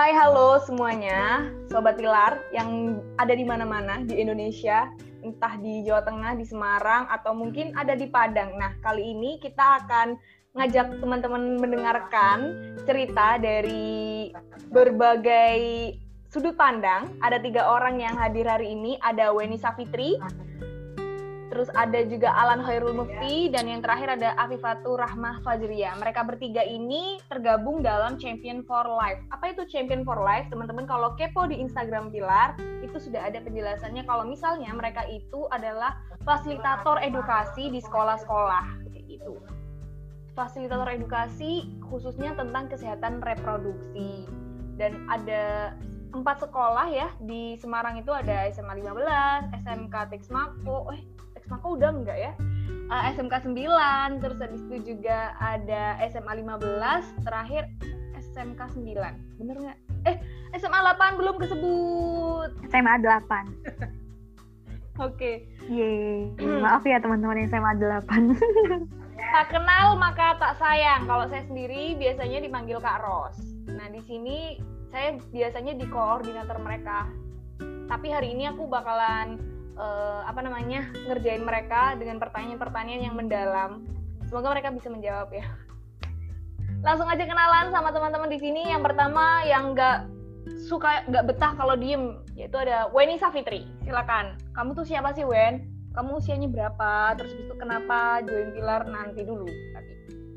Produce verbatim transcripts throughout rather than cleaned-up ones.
Hai, halo semuanya, Sobat Pilar yang ada di mana-mana di Indonesia, entah di Jawa Tengah, di Semarang, atau mungkin ada di Padang. Nah, kali ini kita akan ngajak teman-teman mendengarkan cerita dari berbagai sudut pandang. Ada tiga orang yang hadir hari ini, ada Weni Safitri, terus ada juga Alan Khairul Mufti, dan yang terakhir ada Afifatur Rahmah Fajriya. Mereka bertiga ini tergabung dalam Champion for Life. Apa itu Champion for Life? Teman-teman kalau kepo di Instagram Pilar, itu sudah ada penjelasannya kalau misalnya mereka itu adalah fasilitator edukasi di sekolah-sekolah. Kayak gitu. Fasilitator edukasi khususnya tentang kesehatan reproduksi. Dan ada empat sekolah ya, di Semarang itu ada S M A lima belas, S M K Texmaco, eh Texmaco udah enggak ya, uh, S M K sembilan, terus habis itu juga ada S M A lima belas, terakhir S M K sembilan, bener nggak? Eh, S M A delapan belum kesebut. S M A delapan. Oke. Yeay, maaf ya teman-teman S M A delapan. Tak kenal maka tak sayang. Kalau saya sendiri biasanya dipanggil Kak Ros. Nah, di sini saya biasanya di koordinator mereka. Tapi hari ini aku bakalan uh, apa namanya ngerjain mereka dengan pertanyaan-pertanyaan yang mendalam. Semoga mereka bisa menjawab ya. Langsung aja kenalan sama teman-teman di sini. Yang pertama yang nggak suka nggak betah kalau diem, yaitu ada Weni Safitri. Silakan. Kamu tuh siapa sih, Wen? Kamu usianya berapa? Terus itu kenapa join Pilar nanti dulu? Tapi.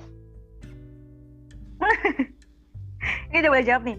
Ini udah boleh jawab nih.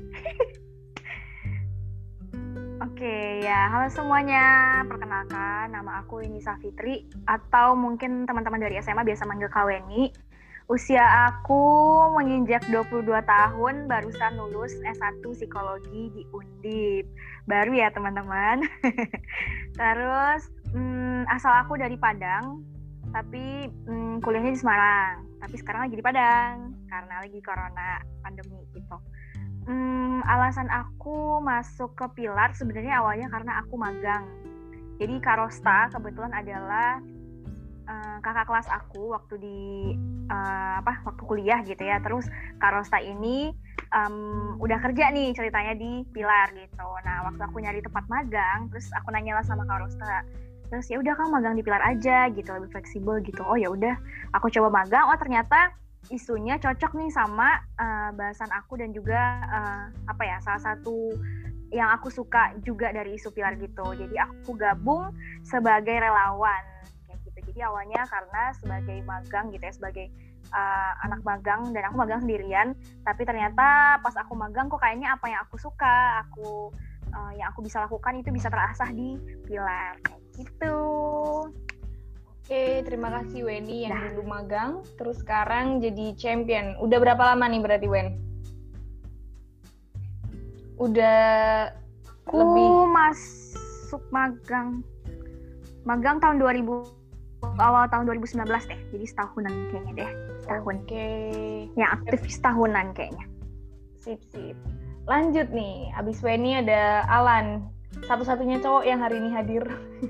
Oke, ya, halo semuanya. Perkenalkan, nama aku Weni Safitri, atau mungkin teman-teman dari S M A biasa manggil Kak Weni. Usia aku menginjak dua puluh dua tahun, barusan lulus S satu Psikologi di Undip. Baru ya teman-teman. Terus, hmm, asal aku dari Padang, tapi hmm, kuliahnya di Semarang. Tapi sekarang lagi di Padang, karena lagi corona, pandemi gitu. Hmm, alasan aku masuk ke Pilar sebenarnya awalnya karena aku magang. Jadi Kak Rosta kebetulan adalah uh, kakak kelas aku waktu di uh, apa waktu kuliah gitu ya. Terus Kak Rosta ini um, udah kerja nih ceritanya di Pilar gitu. Nah, waktu aku nyari tempat magang, terus aku nanya lah sama Kak Rosta. Terus ya udah kamu magang di Pilar aja gitu, lebih fleksibel gitu. Oh ya udah, aku coba magang. Oh ternyata isunya cocok nih sama uh, bahasan aku dan juga uh, apa ya salah satu yang aku suka juga dari isu Pilar gitu. Jadi aku gabung sebagai relawan kayak gitu. Jadi awalnya karena sebagai magang gitu ya, sebagai uh, anak magang, dan aku magang sendirian. Tapi ternyata pas aku magang kok kayaknya apa yang aku suka, aku uh, yang aku bisa lakukan itu bisa terasah di Pilar kayak gitu. Oke, terima kasih Weni yang nah. dulu magang, terus sekarang jadi champion. Udah berapa lama nih berarti Wen? Udah Ku lebih masuk magang. Magang tahun dua ribu, awal tahun dua ribu sembilan belas deh. Jadi setahunan kayaknya deh, setahun. Oke. Yang aktif setahunan kayaknya. Sip, sip. Lanjut nih, abis Weni ada Alan. Satu-satunya cowok yang hari ini hadir.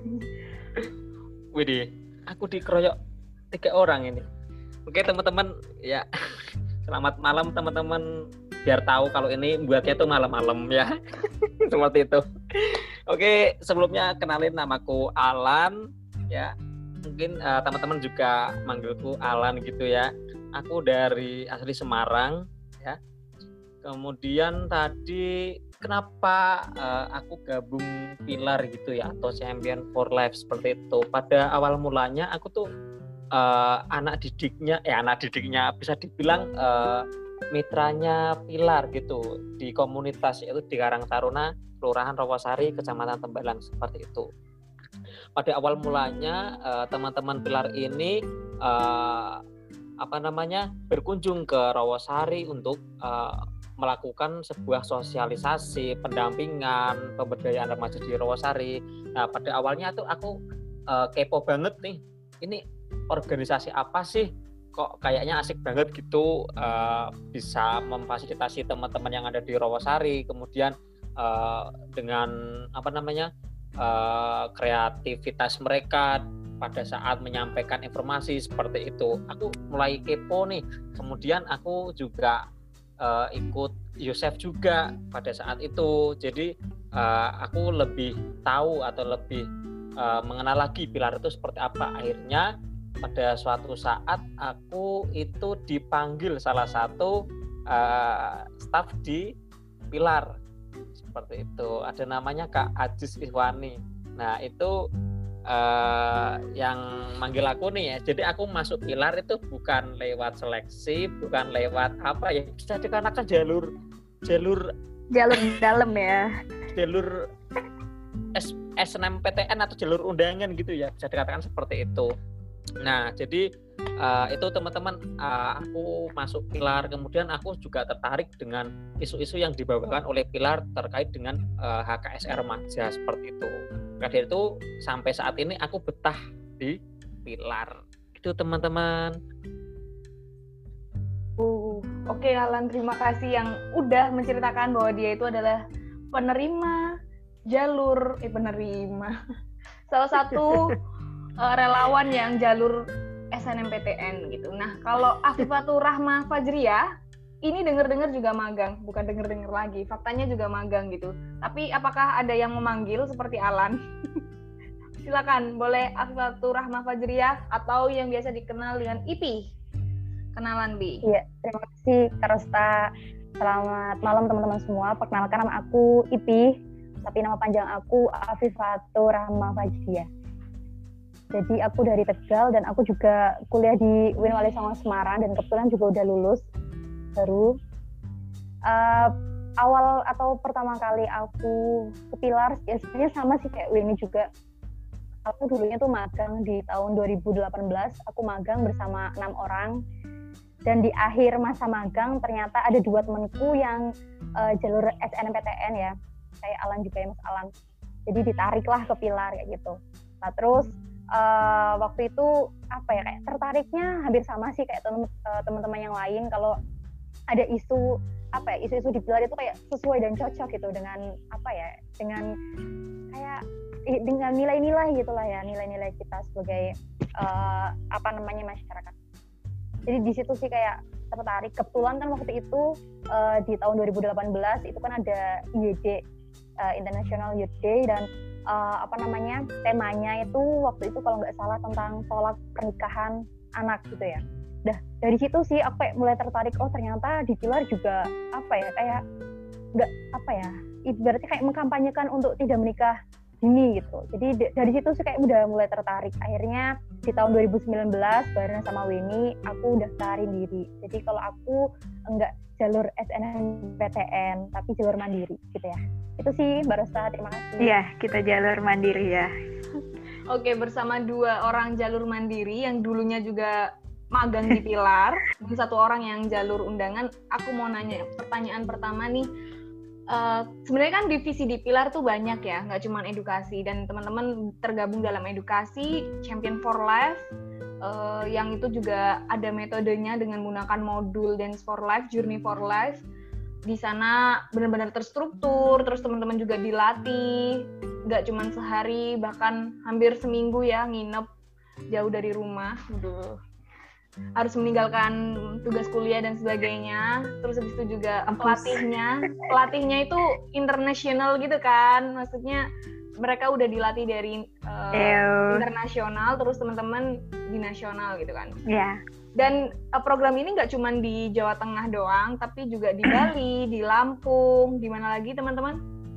Widih. Aku dikeroyok tiga orang ini. Oke teman-teman, ya selamat malam teman-teman. Biar tahu kalau ini buatnya tuh malam-malam ya. Seperti itu. Oke, sebelumnya kenalin namaku Alan ya. Mungkin uh, teman-teman juga manggilku Alan gitu ya. Aku dari asli Semarang ya. Kemudian tadi kenapa uh, aku gabung Pilar gitu ya, atau Champion for Life seperti itu. Pada awal mulanya aku tuh uh, anak didiknya, eh anak didiknya bisa dibilang uh, mitranya Pilar gitu di komunitas, yaitu di Karang Taruna, Kelurahan Rawasari, Kecamatan Tembalang seperti itu. Pada awal mulanya uh, teman-teman Pilar ini uh, apa namanya berkunjung ke Rawasari untuk uh, melakukan sebuah sosialisasi, pendampingan, pemberdayaan remaja di Rawasari. Nah, pada awalnya tuh aku uh, kepo banget nih. Ini organisasi apa sih? Kok kayaknya asik banget gitu, uh, bisa memfasilitasi teman-teman yang ada di Rawasari. Kemudian uh, dengan apa namanya uh, kreativitas mereka pada saat menyampaikan informasi seperti itu, aku mulai kepo nih. Kemudian aku juga uh, ikut Yosef juga pada saat itu. Jadi uh, aku lebih tahu atau lebih uh, mengenal lagi Pilar itu seperti apa. Akhirnya pada suatu saat aku itu dipanggil salah satu uh, staf di Pilar seperti itu. Ada namanya Kak Ajis Ihwani. Nah itu uh, yang manggil aku nih ya. Jadi aku masuk Pilar itu bukan lewat seleksi, bukan lewat apa ya, bisa dikatakan jalur jalur jalur dalam ya. Jalur S N M P T N atau jalur undangan gitu ya, bisa dikatakan seperti itu. Nah, jadi uh, itu teman-teman, uh, aku masuk Pilar, kemudian aku juga tertarik dengan isu-isu yang dibawakan oleh Pilar terkait dengan uh, H K S R remaja seperti itu. Karena itu sampai saat ini aku betah di Pilar. Itu teman-teman. Uh, oke okay, Alan, terima kasih yang udah menceritakan bahwa dia itu adalah penerima jalur eh penerima salah satu uh, relawan yang jalur S N M P T N gitu. Nah, kalau Afifatur Rahma Fajriah ini dengar-dengar juga magang, bukan dengar-dengar lagi, faktanya juga magang gitu. Tapi apakah ada yang memanggil seperti Alan? Silakan, boleh Afifatur Rahma Fajriah atau yang biasa dikenal dengan I P I. Kenalan, Bi. Iya, terima kasih Kak Rosta. Selamat malam teman-teman semua. Perkenalkan, nama aku I P I, tapi nama panjang aku Afifatur Rahma Fajriah. Jadi aku dari Tegal dan aku juga kuliah di U I N Wali Songo Semarang dan kebetulan juga udah lulus baru. Uh, awal atau pertama kali aku ke Pilar, ya sebenarnya sama sih kayak Winnie juga. Aku dulunya tuh magang di tahun dua ribu delapan belas, aku magang bersama enam orang. Dan di akhir masa magang ternyata ada dua temanku yang uh, jalur S N M P T N ya, kayak Alan juga ya Mas Alan. Jadi ditariklah ke Pilar kayak gitu. Nah terus uh, waktu itu apa ya, kayak tertariknya hampir sama sih kayak tem- uh, teman-teman yang lain. Kalau ada isu apa ya, isu-isu di Pilar itu kayak sesuai dan cocok gitu dengan apa ya, dengan kayak dengan nilai-nilai gitulah ya, nilai-nilai kita sebagai uh, apa namanya masyarakat. Jadi di situ sih kayak tertarik. Kebetulan kan waktu itu uh, di tahun dua ribu delapan belas itu kan ada I Y D, uh, International Youth Day, dan uh, apa namanya temanya itu waktu itu kalau nggak salah tentang tolak pernikahan anak gitu ya. Dah dari situ sih aku kayak mulai tertarik. Oh ternyata di Pilar juga apa ya, kayak nggak apa ya, ibaratnya kayak mengkampanyekan untuk tidak menikah dini gitu. Jadi d- dari situ sih kayak udah mulai tertarik. Akhirnya di tahun dua ribu sembilan belas bareng sama Winnie aku daftarin diri. Jadi kalau aku enggak jalur S N M P T N tapi jalur mandiri gitu ya. Itu sih Mbak Rosta, terima kasih. Iya, kita jalur mandiri ya. Oke, bersama dua orang jalur mandiri yang dulunya juga magang di Pilar dan satu orang yang jalur undangan. Aku mau nanya pertanyaan pertama nih. Uh, sebenarnya kan divisi di Pilar tuh banyak ya, nggak cuma edukasi, dan teman-teman tergabung dalam edukasi Champion for Life, uh, yang itu juga ada metodenya dengan menggunakan modul Dance for Life, Journey for Life. Di sana benar-benar terstruktur, terus teman-teman juga dilatih, nggak cuma sehari, bahkan hampir seminggu ya nginep jauh dari rumah. Aduh. Harus meninggalkan tugas kuliah dan sebagainya. Terus habis itu juga pelatihnya pelatihnya itu internasional gitu kan, maksudnya mereka udah dilatih dari uh, internasional, terus teman-teman di nasional gitu kan. Iya. Yeah. Dan uh, program ini nggak cuma di Jawa Tengah doang, tapi juga di Bali, di Lampung, di mana lagi teman-teman?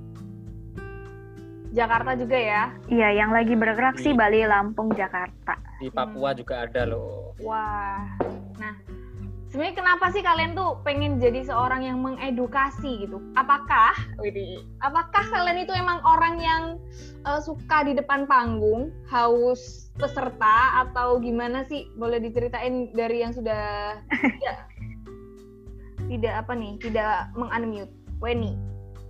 Jakarta juga ya? Iya, yang lagi bergerak sih Bali, Lampung, Jakarta. Di Papua hmm. juga ada loh. Wah, nah sebenarnya kenapa sih kalian tuh pengen jadi seorang yang mengedukasi gitu? Apakah, widih, apakah kalian itu emang orang yang uh, suka di depan panggung, haus peserta, atau gimana sih? Boleh diceritain dari yang sudah tidak, tidak apa nih, tidak meng-unmute, Weni.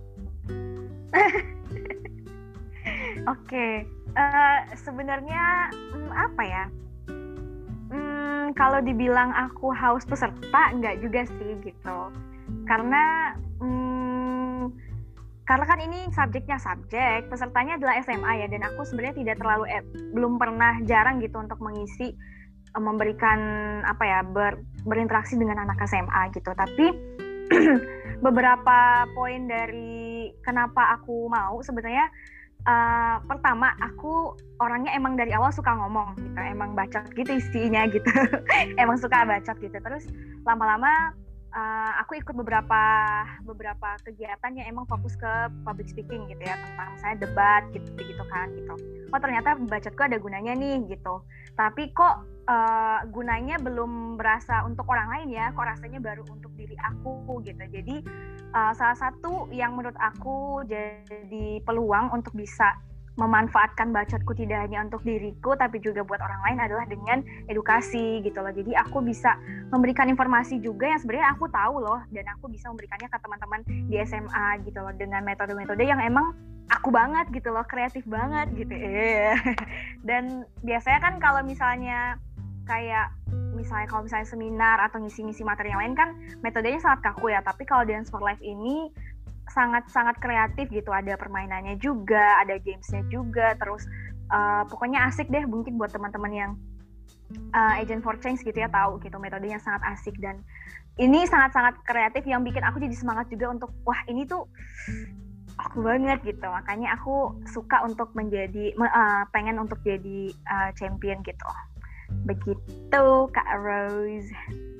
Oke, okay. uh, sebenarnya hmm, apa ya? Hmm, kalau dibilang aku haus peserta, enggak juga sih gitu. Karena, hmm, karena kan ini subjeknya subjek, pesertanya adalah S M A ya, dan aku sebenarnya tidak terlalu, eh, belum pernah jarang gitu untuk mengisi, eh, memberikan apa ya, ber, berinteraksi dengan anak S M A gitu. Tapi beberapa poin dari kenapa aku mau sebenarnya. Uh, pertama, aku orangnya emang dari awal suka ngomong gitu, emang bacot gitu isinya gitu, emang suka bacot gitu. Terus lama-lama uh, aku ikut beberapa beberapa kegiatan yang emang fokus ke public speaking gitu ya, tentang misalnya debat gitu gitu kan gitu. Oh ternyata bacotku ada gunanya nih gitu. Tapi kok uh, gunanya belum berasa untuk orang lain ya, kok rasanya baru untuk diri aku gitu. Jadi uh, salah satu yang menurut aku jadi peluang untuk bisa memanfaatkan bacotku tidak hanya untuk diriku tapi juga buat orang lain adalah dengan edukasi gitu loh. Jadi aku bisa memberikan informasi juga yang sebenarnya aku tahu loh, dan aku bisa memberikannya ke teman-teman di S M A gitu loh, dengan metode-metode yang emang aku banget gitu loh, kreatif banget gitu. Dan biasanya kan kalau misalnya kayak misalnya kalau misalnya seminar atau ngisi-ngisi materi yang lain kan metodenya sangat kaku ya, tapi kalau Dance for Life ini sangat-sangat kreatif gitu, ada permainannya juga, ada gamesnya juga, terus uh, pokoknya asik deh. Mungkin buat teman-teman yang uh, Agent for Change gitu ya tahu gitu, metodenya sangat asik dan ini sangat-sangat kreatif yang bikin aku jadi semangat juga untuk wah ini tuh aku banget gitu. Makanya aku suka untuk menjadi uh, pengen untuk jadi uh, champion gitu. Begitu Kak Rose.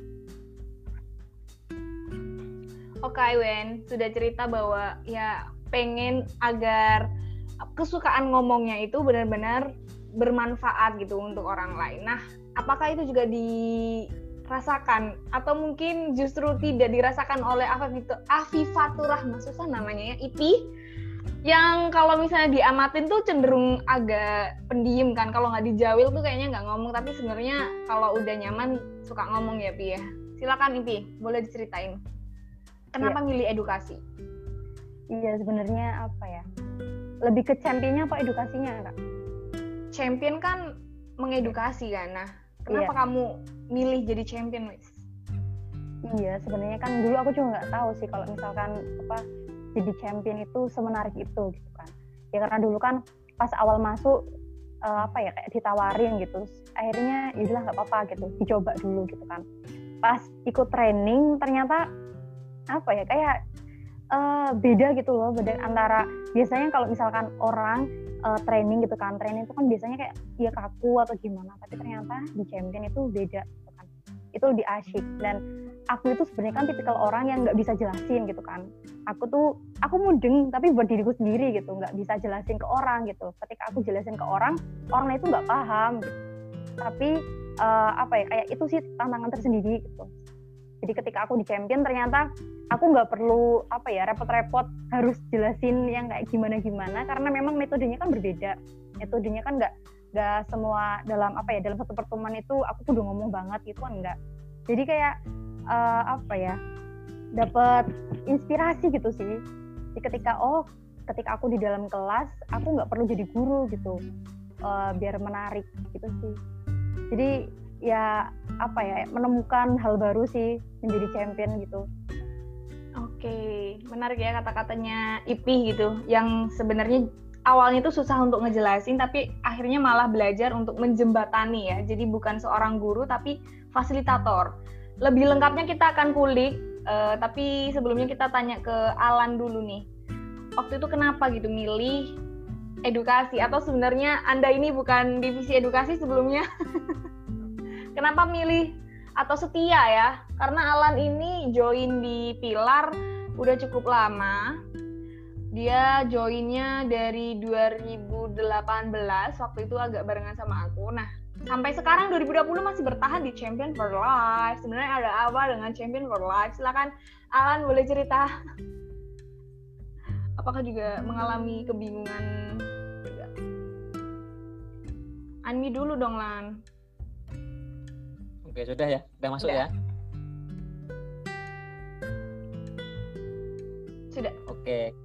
Oke, Wen, sudah cerita bahwa ya pengen agar kesukaan ngomongnya itu benar-benar bermanfaat gitu untuk orang lain. Nah, apakah itu juga dirasakan atau mungkin justru tidak dirasakan oleh Afifatur Rahma, susah namanya ya, I P I, yang kalau misalnya diamatin tuh cenderung agak pendiam kan, kalau nggak dijawil tuh kayaknya nggak ngomong, tapi sebenarnya kalau udah nyaman suka ngomong ya, Pi ya. Silakan I P I, boleh diceritain. Kenapa ya. milih edukasi? Iya, sebenarnya apa ya? Lebih ke championnya apa edukasinya, Kak? Champion kan mengedukasi kan. Nah, kenapa iya. kamu milih jadi champion, Miss? Iya, sebenarnya kan dulu aku juga nggak tahu sih kalau misalkan apa jadi champion itu semenarik itu gitu kan. Ya karena dulu kan pas awal masuk uh, apa ya kayak ditawarin gitu. Akhirnya yaudahlah nggak apa-apa gitu, dicoba dulu gitu kan. Pas ikut training ternyata apa ya kayak uh, beda gitu loh, beda antara biasanya kalau misalkan orang uh, training gitu kan, training itu kan biasanya kayak ya kaku atau gimana, tapi ternyata di champion itu beda gitu kan, itu lebih asyik. Dan aku itu sebenarnya kan tipikal orang yang nggak bisa jelasin gitu kan, aku tuh aku mudeng tapi buat diriku sendiri gitu, nggak bisa jelasin ke orang gitu. Ketika aku jelasin ke orang, orang itu nggak paham gitu. Tapi uh, apa ya kayak itu sih tantangan tersendiri gitu. Jadi ketika aku di champion ternyata aku nggak perlu apa ya repot-repot harus jelasin yang kayak gimana-gimana, karena memang metodenya kan berbeda. Metodenya kan nggak nggak semua dalam apa ya dalam satu pertemuan itu aku udah ngomong banget gitu kan enggak. Jadi kayak uh, apa ya dapat inspirasi gitu sih. Jadi ketika oh ketika aku di dalam kelas aku nggak perlu jadi guru gitu uh, biar menarik gitu sih. Jadi ya apa ya menemukan hal baru sih menjadi champion gitu. Oke, menarik ya kata-katanya I P I gitu, yang sebenarnya awalnya itu susah untuk ngejelasin tapi akhirnya malah belajar untuk menjembatani ya. Jadi bukan seorang guru tapi fasilitator. Lebih lengkapnya kita akan kulik, uh, tapi sebelumnya kita tanya ke Alan dulu nih. Waktu itu kenapa gitu milih edukasi, atau sebenarnya Anda ini bukan divisi edukasi sebelumnya? Kenapa milih atau setia ya? Karena Alan ini join di Pilar udah cukup lama. Dia joinnya dari dua ribu delapan belas, waktu itu agak barengan sama aku. Nah, sampai sekarang dua ribu dua puluh masih bertahan di Champion for Life. Sebenarnya ada apa dengan Champion for Life? Silakan Alan boleh cerita. Apakah juga mengalami kebingungan? Unmute dulu dong, Lan. Oke, sudah ya? Sudah masuk ya? Sudah. Oke.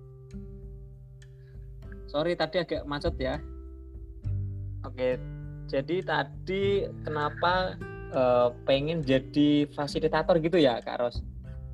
Sorry, tadi agak macet ya. Oke, jadi tadi kenapa uh, pengen jadi fasilitator gitu ya, Kak Ros?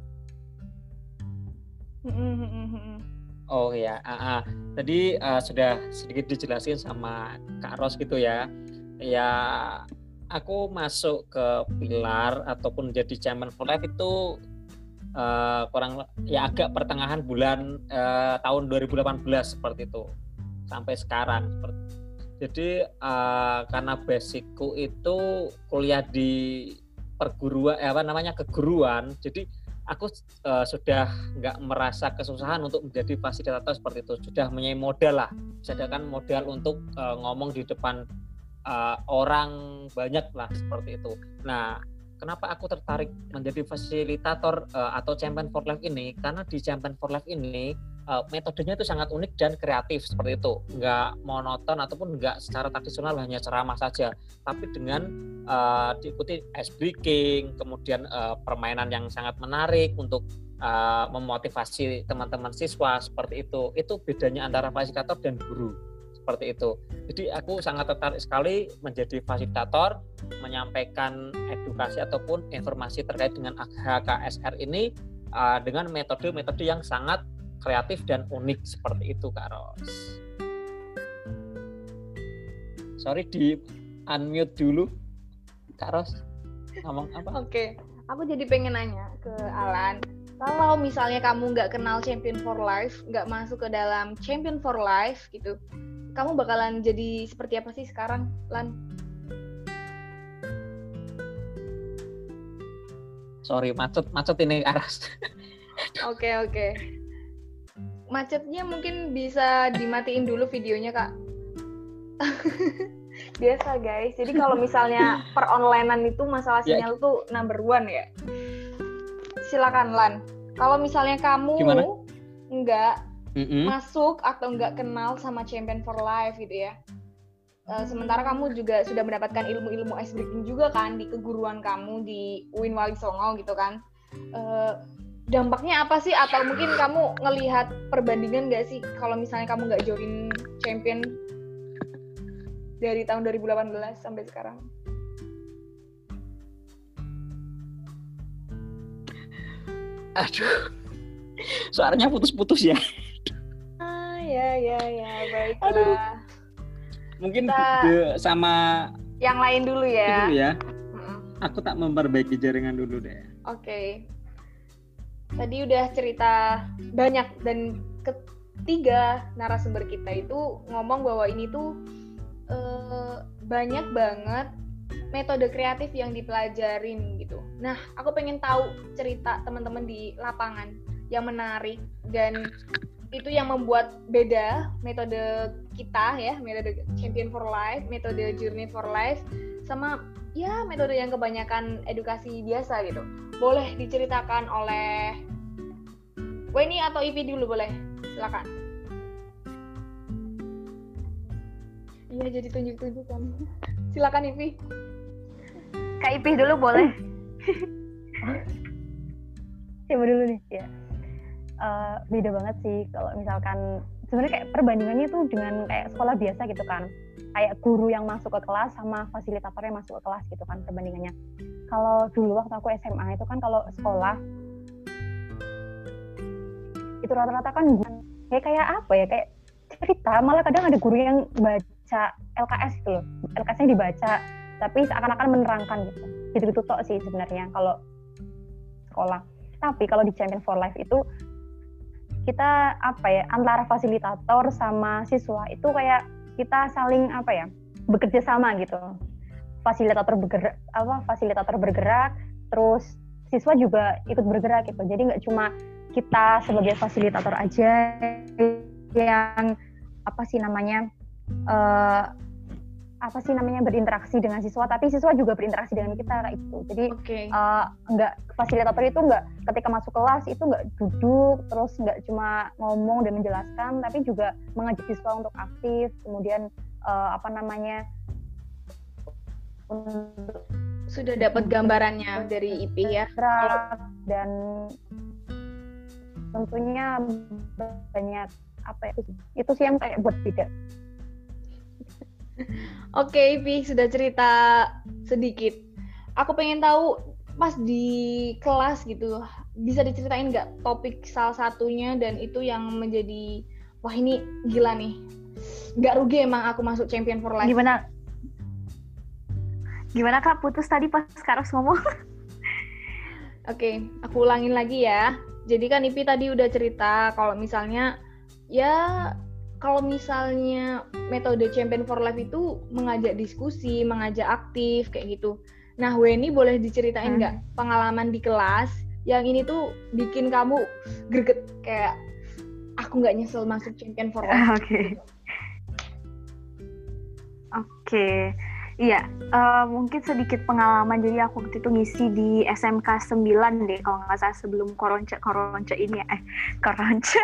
Oh ya, uh, uh. tadi uh, sudah sedikit dijelasin sama Kak Ros gitu ya. Ya, aku masuk ke Pilar ataupun jadi Champion for Life itu uh, kurang ya agak pertengahan bulan uh, tahun dua ribu delapan belas seperti itu sampai sekarang. Jadi uh, karena basicku itu kuliah di perguruan, eh, apa namanya keguruan, jadi aku uh, sudah nggak merasa kesusahan untuk menjadi fasilitator seperti itu. Sudah punya modal lah, sediakan modal untuk uh, ngomong di depan uh, orang banyak lah seperti itu. Nah, kenapa aku tertarik menjadi fasilitator uh, atau Champion for Life ini? Karena di Champion for Life ini uh, metodenya itu sangat unik dan kreatif seperti itu. Nggak monoton ataupun nggak secara tradisional hanya ceramah saja, tapi dengan uh, diikuti ice breaking, kemudian uh, permainan yang sangat menarik untuk uh, memotivasi teman-teman siswa seperti itu. Itu bedanya antara fasilitator dan guru. Seperti itu. Jadi aku sangat tertarik sekali menjadi fasilitator, menyampaikan edukasi ataupun informasi terkait dengan H K S R ini uh, dengan metode-metode yang sangat kreatif dan unik seperti itu, Kak Ros. Sorry di unmute dulu, Kak Ros. Ngomong apa? Oke, aku jadi pengen nanya ke Alan. Kalau misalnya kamu nggak kenal Champion for Life, nggak masuk ke dalam Champion for Life gitu, kamu bakalan jadi seperti apa sih sekarang, Lan? Sorry, macet, macet ini Aras. Oke, oke. Macetnya mungkin bisa dimatiin dulu videonya, Kak. Biasa, guys. Jadi kalau misalnya per onlinean itu masalah sinyal tuh number one ya. Silakan, Lan. Kalau misalnya kamu Gimana? nggak Mm-mm. masuk atau nggak kenal sama Champion for Life gitu ya. Uh, sementara kamu juga sudah mendapatkan ilmu-ilmu ice breaking juga kan di keguruan kamu di U I N Wali Songo gitu kan. Uh, dampaknya apa sih? Atau mungkin kamu ngelihat perbandingan nggak sih kalau misalnya kamu nggak join Champion dari tahun dua ribu delapan belas sampai sekarang? Aduh, suaranya putus-putus ya. Ya, ya, ya, baiklah. Mungkin Kita... de- sama yang lain dulu ya. dulu ya. Mm-mm. Aku tak memperbaiki jaringan dulu deh. Oke. Okay. Tadi udah cerita banyak dan ketiga narasumber kita itu ngomong bahwa ini tuh uh, banyak banget metode kreatif yang dipelajarin gitu. Nah, aku pengen tahu cerita teman-teman di lapangan yang menarik dan itu yang membuat beda metode kita ya, metode Champion for Life, metode Journey for Life, sama ya metode yang kebanyakan edukasi biasa gitu. Boleh diceritakan oleh Weni atau Ipi dulu boleh? Silakan. Iya jadi tunjuk-tunjukkan. Silakan Ipi. Kak Ipi dulu boleh. Siapa dulu nih? Ya. Uh, beda banget sih kalau misalkan sebenarnya kayak perbandingannya tuh dengan kayak sekolah biasa gitu kan, kayak guru yang masuk ke kelas sama fasilitator yang masuk ke kelas gitu kan perbandingannya. Kalau dulu waktu aku S M A itu kan kalau sekolah itu rata-rata kan kayak kayak apa ya kayak cerita, malah kadang ada guru yang baca L K S gitu loh, L K S-nya dibaca tapi seakan-akan menerangkan gitu, gitu-gitu tok sih sebenarnya kalau sekolah. Tapi kalau di Champion for Life itu kita apa ya antara fasilitator sama siswa itu kayak kita saling apa ya bekerja sama gitu. Fasilitator bergerak apa fasilitator bergerak, terus siswa juga ikut bergerak gitu. Jadi nggak cuma kita sebagai fasilitator aja yang apa sih namanya uh, apa sih namanya berinteraksi dengan siswa, tapi siswa juga berinteraksi dengan kita kayak gitu. Jadi okay. uh, nggak fasilitator itu nggak ketika masuk kelas itu nggak duduk terus nggak cuma ngomong dan menjelaskan, tapi juga mengajak siswa untuk aktif, kemudian uh, apa namanya sudah dapat gambarannya dari I P I ya. Dan tentunya banyak apa ya itu sih yang kayak buat beda. Oke, Ipi sudah cerita sedikit. Aku pengen tahu pas di kelas gitu, bisa diceritain nggak topik salah satunya dan itu yang menjadi wah ini gila nih, nggak rugi emang aku masuk Champion for Life. Gimana? Gimana Kak? Putus tadi pas Karos ngomong. Oke, aku ulangin lagi ya. Jadi kan Ipi tadi udah cerita kalau misalnya ya kalau misalnya metode Champion for Life itu mengajak diskusi, mengajak aktif kayak gitu. Nah, Weni boleh diceritain nggak hmm. pengalaman di kelas yang ini tuh bikin kamu greget kayak aku nggak nyesel masuk Champion for Life. Oke. Okay. Oke. Okay. Iya, uh, mungkin sedikit pengalaman. Jadi aku waktu itu ngisi di S M K sembilan deh, kalau nggak salah sebelum koronce koronce ini ya, eh koronce.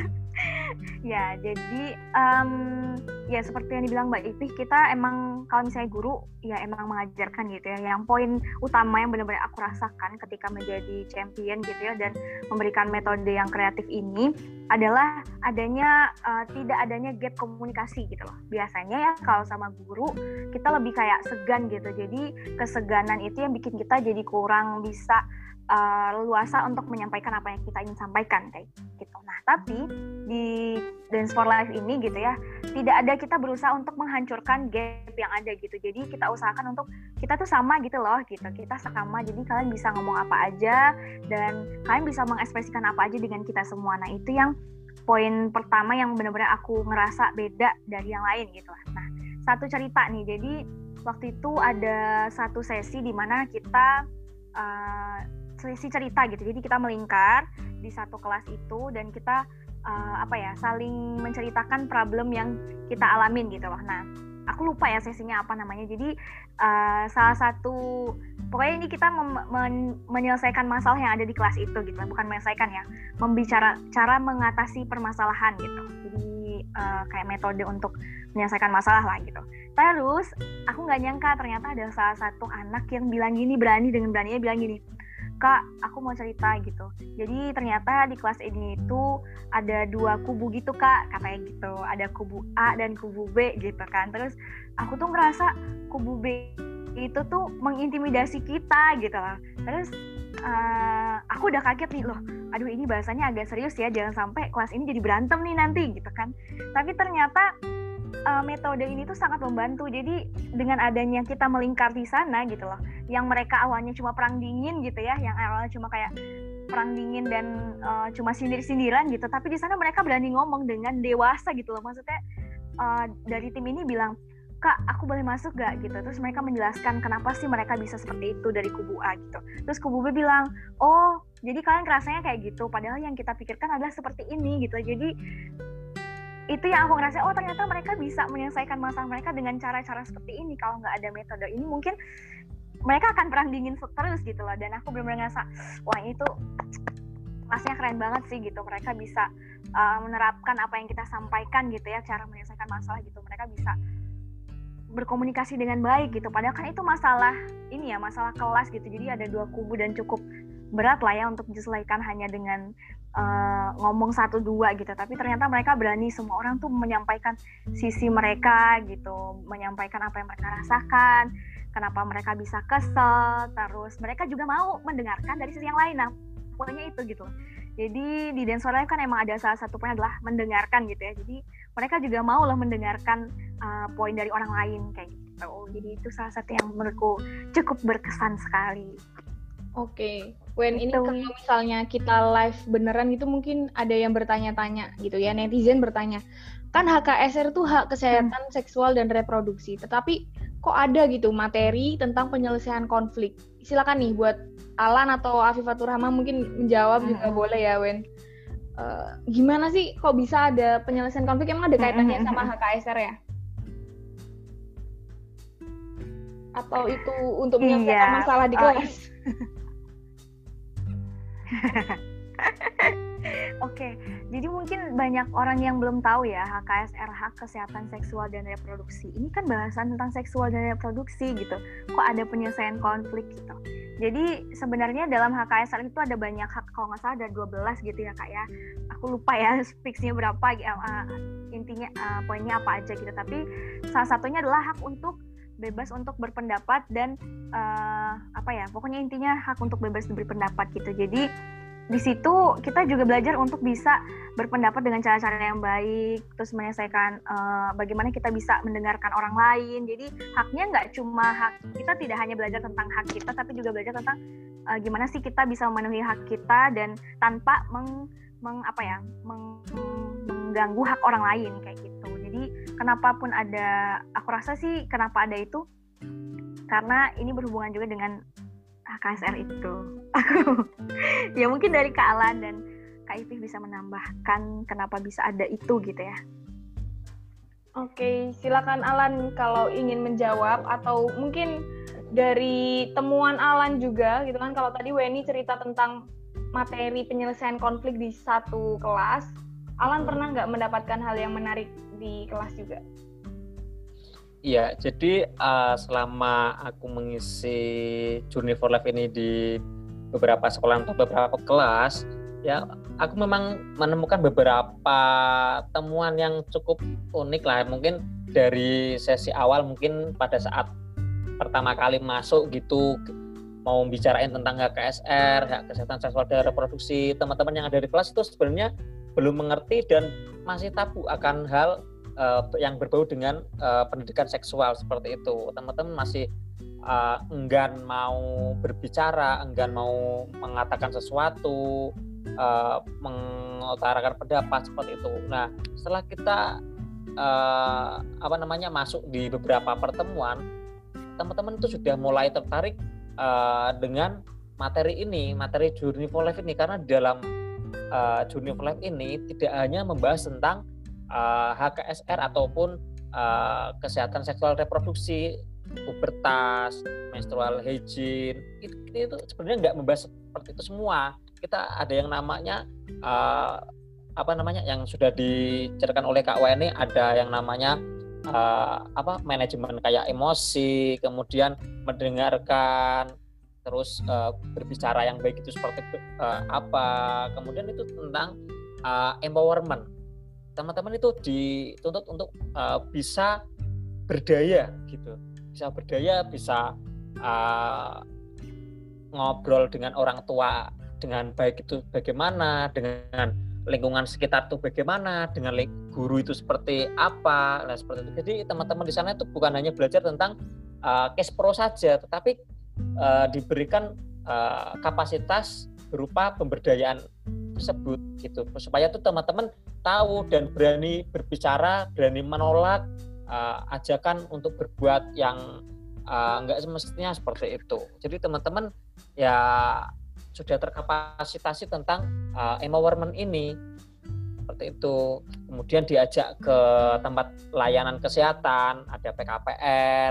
Ya, jadi um, ya seperti yang dibilang Mbak Ipih, kita emang kalau misalnya guru ya emang mengajarkan gitu ya. Yang poin utama yang benar-benar aku rasakan ketika menjadi champion gitu ya dan memberikan metode yang kreatif ini adalah adanya uh, tidak adanya gap komunikasi gitu loh. Biasanya ya kalau sama guru kita lebih kayak segan gitu. Jadi keseganan itu yang bikin kita jadi kurang bisa uh, leluasa untuk menyampaikan apa yang kita ingin sampaikan kayak gitu. Nah, tapi di Dance for Life ini gitu ya, tidak ada kita berusaha untuk menghancurkan gap yang ada gitu. Jadi kita usahakan untuk kita tuh sama gitu loh gitu. Kita sama, jadi kalian bisa ngomong apa aja dan kalian bisa mengekspresikan apa aja dengan kita semua. Nah, itu yang poin pertama yang benar-benar aku ngerasa beda dari yang lain gitu lah. Nah, satu cerita nih. Jadi waktu itu ada satu sesi di mana kita uh, sesi cerita gitu. Jadi kita melingkar di satu kelas itu dan kita uh, apa ya saling menceritakan problem yang kita alamin gitu loh. Nah, aku lupa ya sesinya apa namanya. Jadi uh, salah satu pokoknya ini kita mem- men- menyelesaikan masalah yang ada di kelas itu gitu, bukan menyelesaikan ya, membicara cara mengatasi permasalahan gitu. Jadi uh, kayak metode untuk menyelesaikan masalah lah gitu. Terus aku nggak nyangka ternyata ada salah satu anak yang bilang gini, berani dengan beraninya bilang gini, Kak, aku mau cerita gitu. Jadi ternyata di kelas ini itu ada dua kubu gitu Kak, katanya gitu. Ada kubu A dan kubu B gitu kan. Terus aku tuh ngerasa kubu B itu tuh mengintimidasi kita gitu loh. Terus uh, aku udah kaget nih loh. Aduh, ini bahasanya agak serius ya, jangan sampai kelas ini jadi berantem nih nanti gitu kan. Tapi ternyata uh, metode ini tuh sangat membantu. Jadi dengan adanya kita melingkar di sana gitu loh, yang mereka awalnya cuma perang dingin gitu ya, yang awalnya cuma kayak perang dingin dan uh, cuma sindir-sindiran gitu, tapi di sana mereka berani ngomong dengan dewasa gitu loh. Maksudnya uh, dari tim ini bilang, Kak, aku boleh masuk gak gitu. Terus mereka menjelaskan kenapa sih mereka bisa seperti itu dari kubu A gitu. Terus kubu B bilang, oh jadi kalian kerasanya kayak gitu, padahal yang kita pikirkan adalah seperti ini gitu. Jadi itu yang aku ngerasa, oh ternyata mereka bisa menyelesaikan masalah mereka dengan cara-cara seperti ini. Kalau nggak ada metode ini mungkin mereka akan perang dingin terus gitu loh. Dan aku benar-benar ngerasa, wah ini tuh kelasnya keren banget sih gitu. Mereka bisa uh, menerapkan apa yang kita sampaikan gitu ya, cara menyelesaikan masalah gitu. Mereka bisa berkomunikasi dengan baik gitu. Padahal kan itu masalah ini ya, masalah kelas gitu. Jadi ada dua kubu dan cukup berat lah ya untuk diselesaikan hanya dengan uh, ngomong satu dua gitu. Tapi ternyata mereka berani, semua orang tuh menyampaikan sisi mereka gitu, menyampaikan apa yang mereka rasakan, kenapa mereka bisa kesel, terus mereka juga mau mendengarkan dari sisi yang lain. Nah, pokoknya itu gitu. Jadi di Dance for Life kan emang ada salah satu poin adalah mendengarkan gitu ya. Jadi mereka juga mau lah mendengarkan uh, poin dari orang lain kayak gitu. Jadi itu salah satu yang menurutku cukup berkesan sekali. Oke, Wen, ini kalau misalnya kita live beneran gitu mungkin ada yang bertanya-tanya gitu ya, netizen bertanya, kan H K S R itu hak kesehatan hmm. seksual dan reproduksi, tetapi kok ada gitu materi tentang penyelesaian konflik. Silakan nih buat Alan atau Afifatur Rahma mungkin menjawab hmm. juga boleh ya, Wen. Uh, gimana sih kok bisa ada penyelesaian konflik? Emang ada kaitannya hmm. sama H K S R ya? Atau itu untuk menyelesaikan iya. masalah di kelas? Oh. Oke, jadi mungkin banyak orang yang belum tahu ya H K S R, hak kesehatan seksual dan reproduksi. Ini kan bahasan tentang seksual dan reproduksi gitu. Kok ada penyelesaian konflik gitu. Jadi sebenarnya dalam H K S R itu ada banyak hak, kalau nggak salah ada dua belas gitu ya Kak ya. Aku lupa ya fixnya berapa, uh, intinya uh, poinnya apa aja gitu. Tapi salah satunya adalah hak untuk bebas untuk berpendapat dan uh, apa ya, pokoknya intinya hak untuk bebas berpendapat gitu. Jadi di situ kita juga belajar untuk bisa berpendapat dengan cara-cara yang baik, terus menyelesaikan uh, bagaimana kita bisa mendengarkan orang lain. Jadi haknya nggak cuma hak kita, tidak hanya belajar tentang hak kita, tapi juga belajar tentang uh, gimana sih kita bisa memenuhi hak kita dan tanpa meng, meng apa ya meng, mengganggu hak orang lain kayak gitu. Jadi kenapa pun ada, aku rasa sih kenapa ada itu karena ini berhubungan juga dengan H K S R itu. Ya mungkin dari Kak Alan dan Kak Ipih bisa menambahkan kenapa bisa ada itu gitu ya. Oke, silakan Alan kalau ingin menjawab atau mungkin dari temuan Alan juga gitu kan. Kalau tadi Weni cerita tentang materi penyelesaian konflik di satu kelas, Alan pernah nggak mendapatkan hal yang menarik di kelas juga? Iya, jadi uh, selama aku mengisi Journey for Life ini di beberapa sekolah atau beberapa kelas, ya aku memang menemukan beberapa temuan yang cukup unik lah. Mungkin dari sesi awal, mungkin pada saat pertama kali masuk gitu mau bicarain tentang H K S R, hak kesehatan seksual dan reproduksi, teman-teman yang ada di kelas itu sebenarnya belum mengerti dan masih tabu akan hal uh, yang berbau dengan uh, pendidikan seksual seperti itu. Teman-teman masih uh, enggan mau berbicara, enggan mau mengatakan sesuatu, uh, mengutarakan pendapat seperti itu. Nah, setelah kita uh, apa namanya masuk di beberapa pertemuan, teman-teman itu sudah mulai tertarik uh, dengan materi ini, materi Journey for Life ini, karena di dalam uh, Journey for Life ini tidak hanya membahas tentang uh, H K S R ataupun uh, kesehatan seksual reproduksi, pubertas, menstrual hygiene, itu, itu sebenarnya nggak membahas seperti itu semua. Kita ada yang namanya uh, apa namanya yang sudah diceritakan oleh Kak Weni, ada yang namanya Uh, apa manajemen kayak emosi, kemudian mendengarkan, terus uh, berbicara yang baik itu seperti uh, apa, kemudian itu tentang uh, empowerment. Teman-teman itu dituntut untuk uh, bisa berdaya gitu, bisa berdaya, bisa uh, ngobrol dengan orang tua dengan baik itu bagaimana, dengan lingkungan sekitar itu bagaimana, dengan guru itu seperti apa, nah seperti itu. Jadi teman-teman di sana itu bukan hanya belajar tentang uh, case pro saja, tetapi uh, diberikan uh, kapasitas berupa pemberdayaan tersebut gitu, supaya tuh teman-teman tahu dan berani berbicara, berani menolak uh, ajakan untuk berbuat yang uh, enggak semestinya seperti itu. Jadi teman-teman ya sudah terkapasitasi tentang uh, empowerment ini seperti itu. Kemudian diajak ke tempat layanan kesehatan, ada P K P R,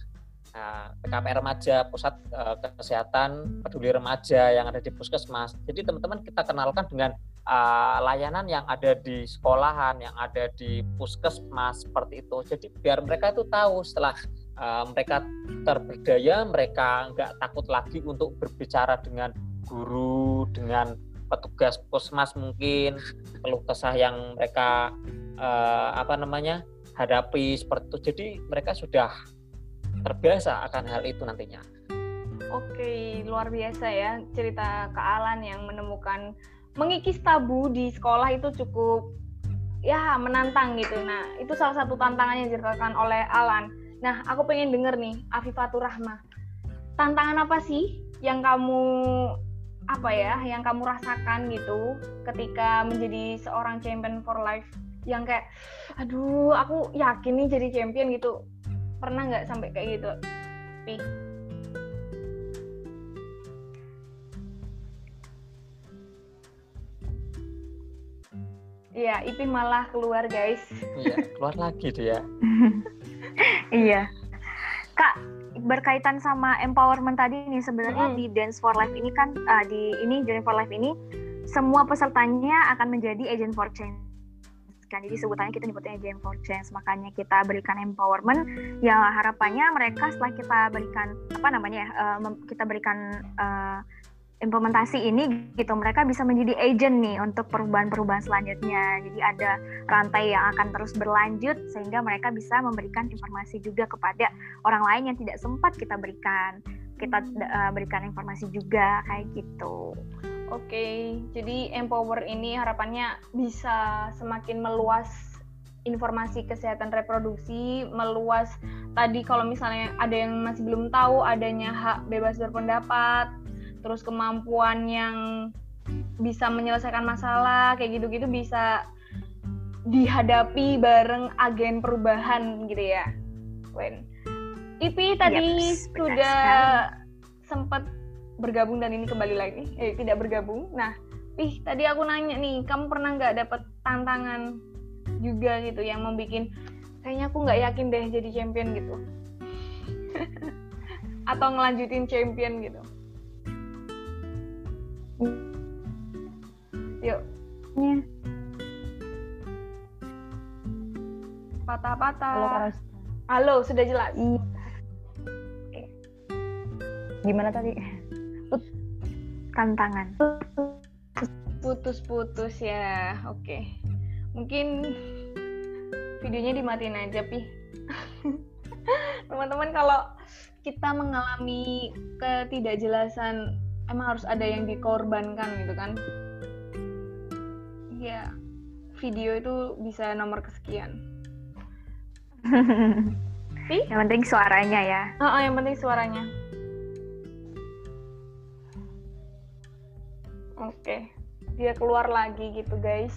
uh, P K P R remaja, pusat uh, kesehatan peduli remaja yang ada di puskesmas. Jadi teman-teman kita kenalkan dengan uh, layanan yang ada di sekolahan, yang ada di puskesmas seperti itu. Jadi biar mereka itu tahu setelah uh, mereka terberdaya, mereka nggak takut lagi untuk berbicara dengan guru, dengan petugas puskesmas, mungkin keluh kesah yang mereka eh, apa namanya hadapi seperti itu. Jadi mereka sudah terbiasa akan hal itu nantinya. Oke, luar biasa ya cerita Kak Alan yang menemukan mengikis tabu di sekolah itu cukup ya menantang gitu. Nah, itu salah satu tantangan yang diceritakan oleh Alan. Nah, aku pengen denger nih, Afifatur Rahma. Tantangan apa sih yang kamu apa ya yang kamu rasakan gitu ketika menjadi seorang champion for life, yang kayak aduh aku yakin nih jadi champion gitu, pernah nggak sampai kayak gitu, Pi? Iya, Ipih malah keluar guys. Iya, keluar lagi dia. Iya, Kak, berkaitan sama empowerment tadi nih, sebenarnya mm. di Dance for Life ini kan uh, di ini Journey for Life ini semua pesertanya akan menjadi agent for change kan. Jadi sebutannya kita nyebutnya agent for change. Makanya kita berikan empowerment, ya harapannya mereka setelah kita berikan apa namanya uh, kita berikan uh, implementasi ini gitu, mereka bisa menjadi agent nih untuk perubahan-perubahan selanjutnya. Jadi ada rantai yang akan terus berlanjut sehingga mereka bisa memberikan informasi juga kepada orang lain yang tidak sempat kita berikan. Kita uh, berikan informasi juga kayak gitu. Oke, jadi Empower ini harapannya bisa semakin meluas informasi kesehatan reproduksi, meluas tadi kalau misalnya ada yang masih belum tahu adanya hak bebas berpendapat. terus kemampuan yang bisa menyelesaikan masalah kayak gitu-gitu bisa dihadapi bareng agen perubahan gitu ya. Wen. Ipi tadi Yep, sudah sempat bergabung dan ini kembali lagi, eh tidak bergabung. Nah, ih tadi aku nanya nih, kamu pernah nggak dapat tantangan juga gitu yang membuat kayaknya aku nggak yakin deh jadi champion gitu, atau ngelanjutin champion gitu? Yuk. Ya. Patah-patah. Halo Karos. Halo, sudah jelas. Iya. Gimana tadi? Tantangan. Putus-putus ya. Oke. Mungkin videonya dimatiin aja, Pi. Teman-teman, kalau kita mengalami ketidakjelasan, emang harus ada yang dikorbankan gitu kan? Ya, video itu bisa nomor kesekian. Pi? Yang penting suaranya ya. Oh, oh, yang penting suaranya. Oke, dia keluar lagi gitu guys.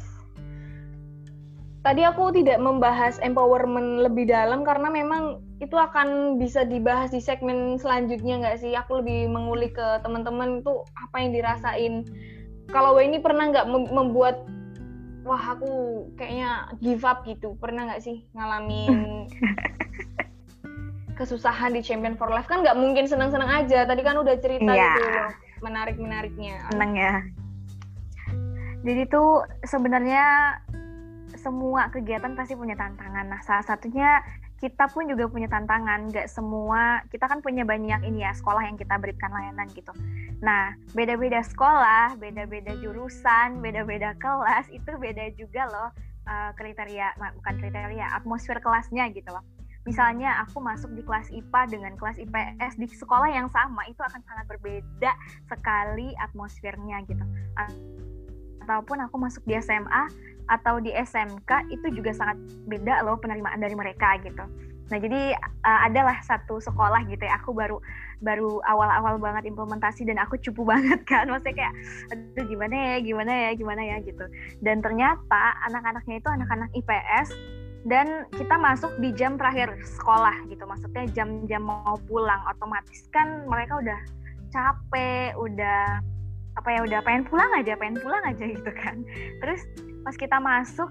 Tadi aku tidak membahas empowerment lebih dalam karena memang itu akan bisa dibahas di segmen selanjutnya nggak sih? Aku lebih mengulik ke teman-teman itu apa yang dirasain. Kalau Weni pernah nggak mem- membuat, wah aku kayaknya give up gitu, pernah nggak sih ngalamin kesusahan di Champion for Life? Kan nggak mungkin senang-senang aja, tadi kan udah cerita Iya. gitu loh, menarik-menariknya. Seneng ya. Jadi tuh sebenarnya semua kegiatan pasti punya tantangan. Nah, salah satunya kita pun juga punya tantangan. Nggak semua, kita kan punya banyak ini ya, sekolah yang kita berikan layanan gitu. Nah, beda-beda sekolah, beda-beda jurusan, beda-beda kelas, itu beda juga loh uh, kriteria, bukan kriteria, atmosfer kelasnya gitu loh. Misalnya aku masuk di kelas I P A dengan kelas I P S di sekolah yang sama, itu akan sangat berbeda sekali atmosfernya gitu. Ataupun aku masuk di S M A atau di S M K, itu juga sangat beda loh penerimaan dari mereka gitu. Nah, jadi uh, adalah satu sekolah gitu ya, aku baru baru awal-awal banget implementasi dan aku cupu banget kan, maksudnya kayak aduh gimana ya, gimana ya, gimana ya gitu. Dan ternyata anak-anaknya itu anak-anak I P S dan kita masuk di jam terakhir sekolah gitu, maksudnya jam-jam mau pulang, otomatis kan mereka udah capek, udah apa ya, udah pengen pulang aja, pengen pulang aja gitu kan. Terus pas kita masuk,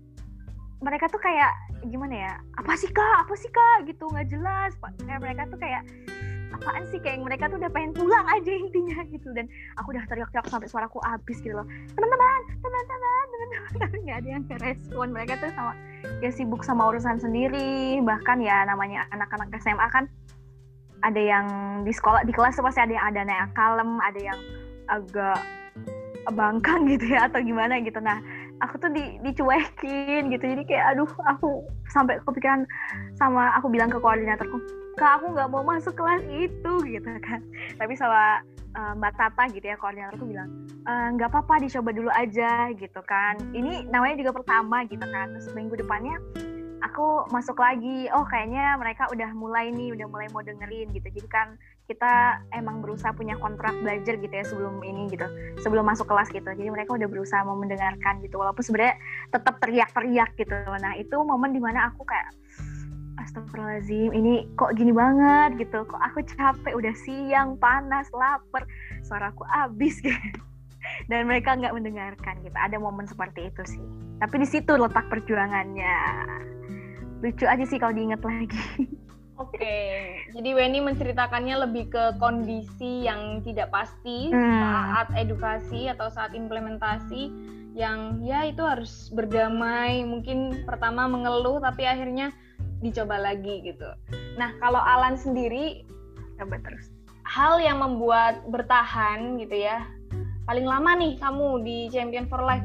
mereka tuh kayak gimana ya, apa sih kak, apa sih kak gitu, nggak jelas. Kayak mereka tuh kayak apaan sih, kayak mereka tuh udah pengen pulang aja intinya gitu. Dan aku udah teriak-teriak sampai suaraku habis gitu loh, teman-teman, teman-teman, teman-teman, tapi nggak ada yang respon. Mereka tuh sama ya sibuk sama urusan sendiri. Bahkan ya namanya anak-anak S M A kan, ada yang di sekolah, di kelas tuh pasti ada yang ada yang kalem, ada yang agak bangkang gitu ya, atau gimana gitu. Nah, aku tuh di, dicuekin gitu, jadi kayak aduh, aku sampai kepikiran, sama aku bilang ke koordinatorku, kak aku nggak mau masuk kelas itu gitu kan. Tapi sama uh, Mbak Tata gitu ya, koordinatorku bilang nggak e, apa-apa, dicoba dulu aja gitu kan, ini namanya juga pertama gitu kan. Terus minggu depannya aku masuk lagi, oh kayaknya mereka udah mulai nih, udah mulai mau dengerin gitu. Jadi kan kita emang berusaha punya kontrak belajar gitu ya sebelum ini gitu, sebelum masuk kelas gitu. Jadi mereka udah berusaha mau mendengarkan gitu, walaupun sebenarnya tetap teriak-teriak gitu. Nah itu momen dimana aku kayak astagfirullahaladzim, ini kok gini banget gitu, kok aku capek, udah siang, panas, lapar, suaraku habis gitu. Dan mereka nggak mendengarkan gitu. Ada momen seperti itu sih. Tapi di situ letak perjuangannya. Lucu aja sih kalau diinget lagi. Oke, jadi Weni menceritakannya lebih ke kondisi yang tidak pasti hmm. saat edukasi atau saat implementasi, yang ya itu harus berdamai. Mungkin pertama mengeluh tapi akhirnya dicoba lagi gitu. Nah, kalau Alan sendiri, coba terus. Hal yang membuat bertahan gitu ya, paling lama nih kamu di Champion for Life.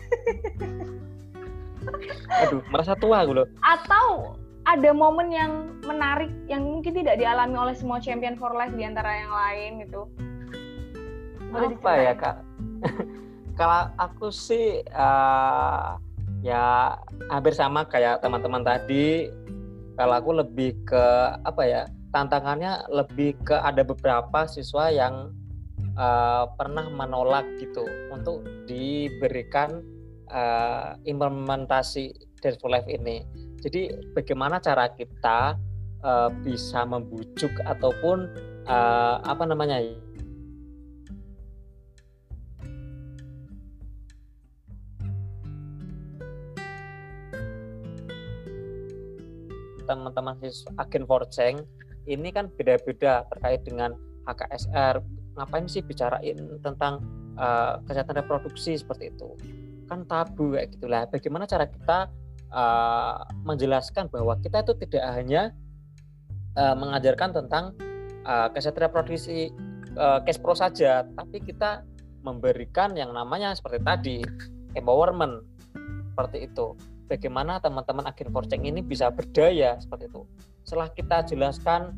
Aduh, merasa tua gue loh. Atau ada momen yang menarik yang mungkin tidak dialami oleh semua Champion for Life di antara yang lain gitu. Boleh apa ya kak? Kalau aku sih uh, ya hampir sama kayak teman-teman tadi. Kalau aku lebih ke apa ya, tantangannya lebih ke ada beberapa siswa yang uh, pernah menolak gitu untuk diberikan uh, implementasi Dance for Life ini. Jadi bagaimana cara kita uh, bisa membujuk ataupun uh, apa namanya teman-teman siswa agen Forceng ini kan beda-beda terkait dengan H K S R. Ngapain sih bicarain tentang uh, kesehatan reproduksi seperti itu? Kan tabu kayak gitulah. Bagaimana cara kita uh, menjelaskan bahwa kita itu tidak hanya uh, mengajarkan tentang uh, kesehatan reproduksi uh, Kespro saja, tapi kita memberikan yang namanya seperti tadi empowerment seperti itu. Bagaimana teman-teman agen Forceng ini bisa berdaya seperti itu. Setelah kita jelaskan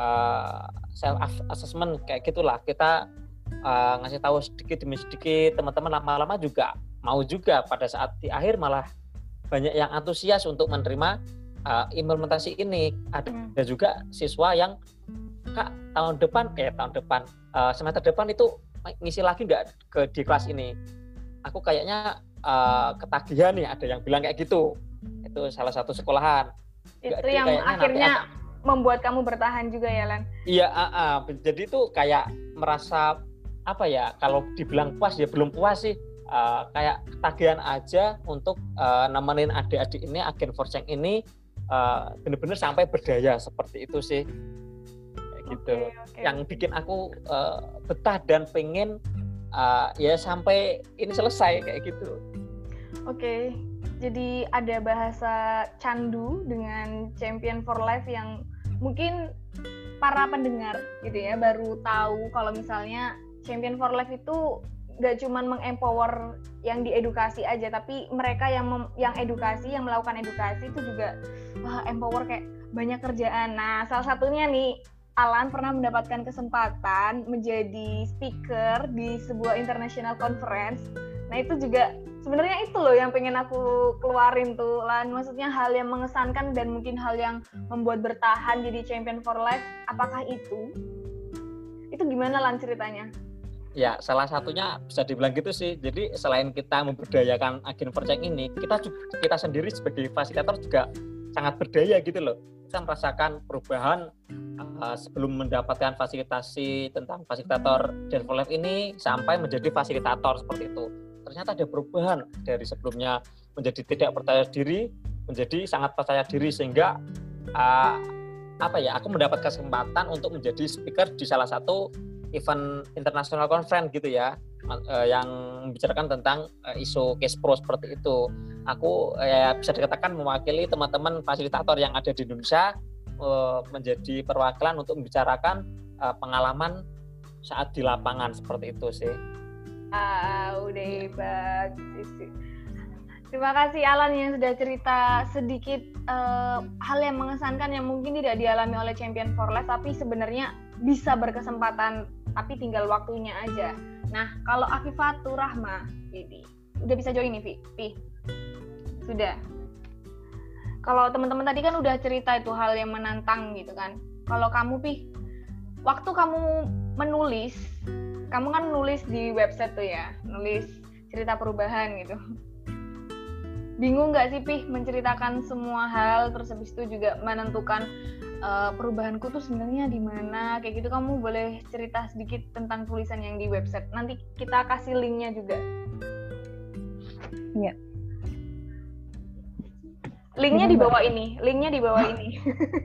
uh, self assessment kayak gitulah, kita uh, ngasih tahu sedikit demi sedikit, teman-teman lama-lama juga mau juga pada saat di akhir malah banyak yang antusias untuk menerima uh, implementasi ini. Ada hmm. juga siswa yang Kak tahun depan eh tahun depan uh, semester depan itu ngisi lagi nggak ke di kelas ini. Aku kayaknya Uh, ketagihan nih, ada yang bilang kayak gitu. Itu salah satu sekolahan. Itu Gak, yang akhirnya nanti, membuat kamu bertahan juga ya, Lan? Iya, uh, uh, jadi itu kayak merasa apa ya? Kalau dibilang puas ya belum puas sih. Uh, kayak ketagihan aja untuk uh, nemenin adik-adik ini, agen Forceng ini uh, benar-benar sampai berdaya seperti itu sih. Kayak gitu. Okay, okay. Yang bikin aku uh, betah dan pengen Uh, ya sampai ini selesai kayak gitu. Oke, okay. Jadi ada bahasa candu dengan Champion for Life yang mungkin para pendengar gitu ya baru tahu kalau misalnya Champion for Life itu gak cuman mengempower yang diedukasi aja, tapi mereka yang mem- yang edukasi, yang melakukan edukasi itu juga wah, empower kayak banyak kerjaan. Nah, salah satunya nih Alan pernah mendapatkan kesempatan menjadi speaker di sebuah international conference. Nah itu juga sebenarnya itu loh yang pengen aku keluarin tuh, Lan. Maksudnya hal yang mengesankan dan mungkin hal yang membuat bertahan jadi Champion for Life. Apakah itu? Itu gimana, Lan, ceritanya? Ya, salah satunya bisa dibilang gitu sih. Jadi selain kita memberdayakan agen Forceng ini, kita kita sendiri sebagai fasilitator juga sangat berdaya gitu loh. Kita merasakan perubahan uh, sebelum mendapatkan fasilitasi tentang fasilitator Dance for Life ini sampai menjadi fasilitator seperti itu. Ternyata ada perubahan dari sebelumnya menjadi tidak percaya diri menjadi sangat percaya diri, sehingga uh, apa ya aku mendapat kesempatan untuk menjadi speaker di salah satu event international conference gitu ya, uh, yang membicarakan tentang uh, isu Kespro seperti itu. Aku ya bisa dikatakan mewakili teman-teman fasilitator yang ada di Indonesia uh, menjadi perwakilan untuk membicarakan uh, pengalaman saat di lapangan seperti itu sih. Ah, udah hebat. Terima kasih Alan yang sudah cerita sedikit uh, hal yang mengesankan yang mungkin tidak dialami oleh Champion for Life, tapi sebenarnya bisa berkesempatan, tapi tinggal waktunya aja. Nah, kalau Afifatur Rahma, ini udah bisa join nih, Vi? Sudah. Kalau teman-teman tadi kan udah cerita itu hal yang menantang gitu kan. Kalau kamu, Pi, waktu kamu menulis, kamu kan nulis di website tuh ya, nulis cerita perubahan gitu. Bingung nggak sih, Pi, menceritakan semua hal, terus habis itu juga menentukan uh, perubahanku tuh sebenarnya di mana, kayak gitu. Kamu boleh cerita sedikit tentang tulisan yang di website. Nanti kita kasih linknya juga. Iya. Linknya di bawah ini, linknya di bawah ini.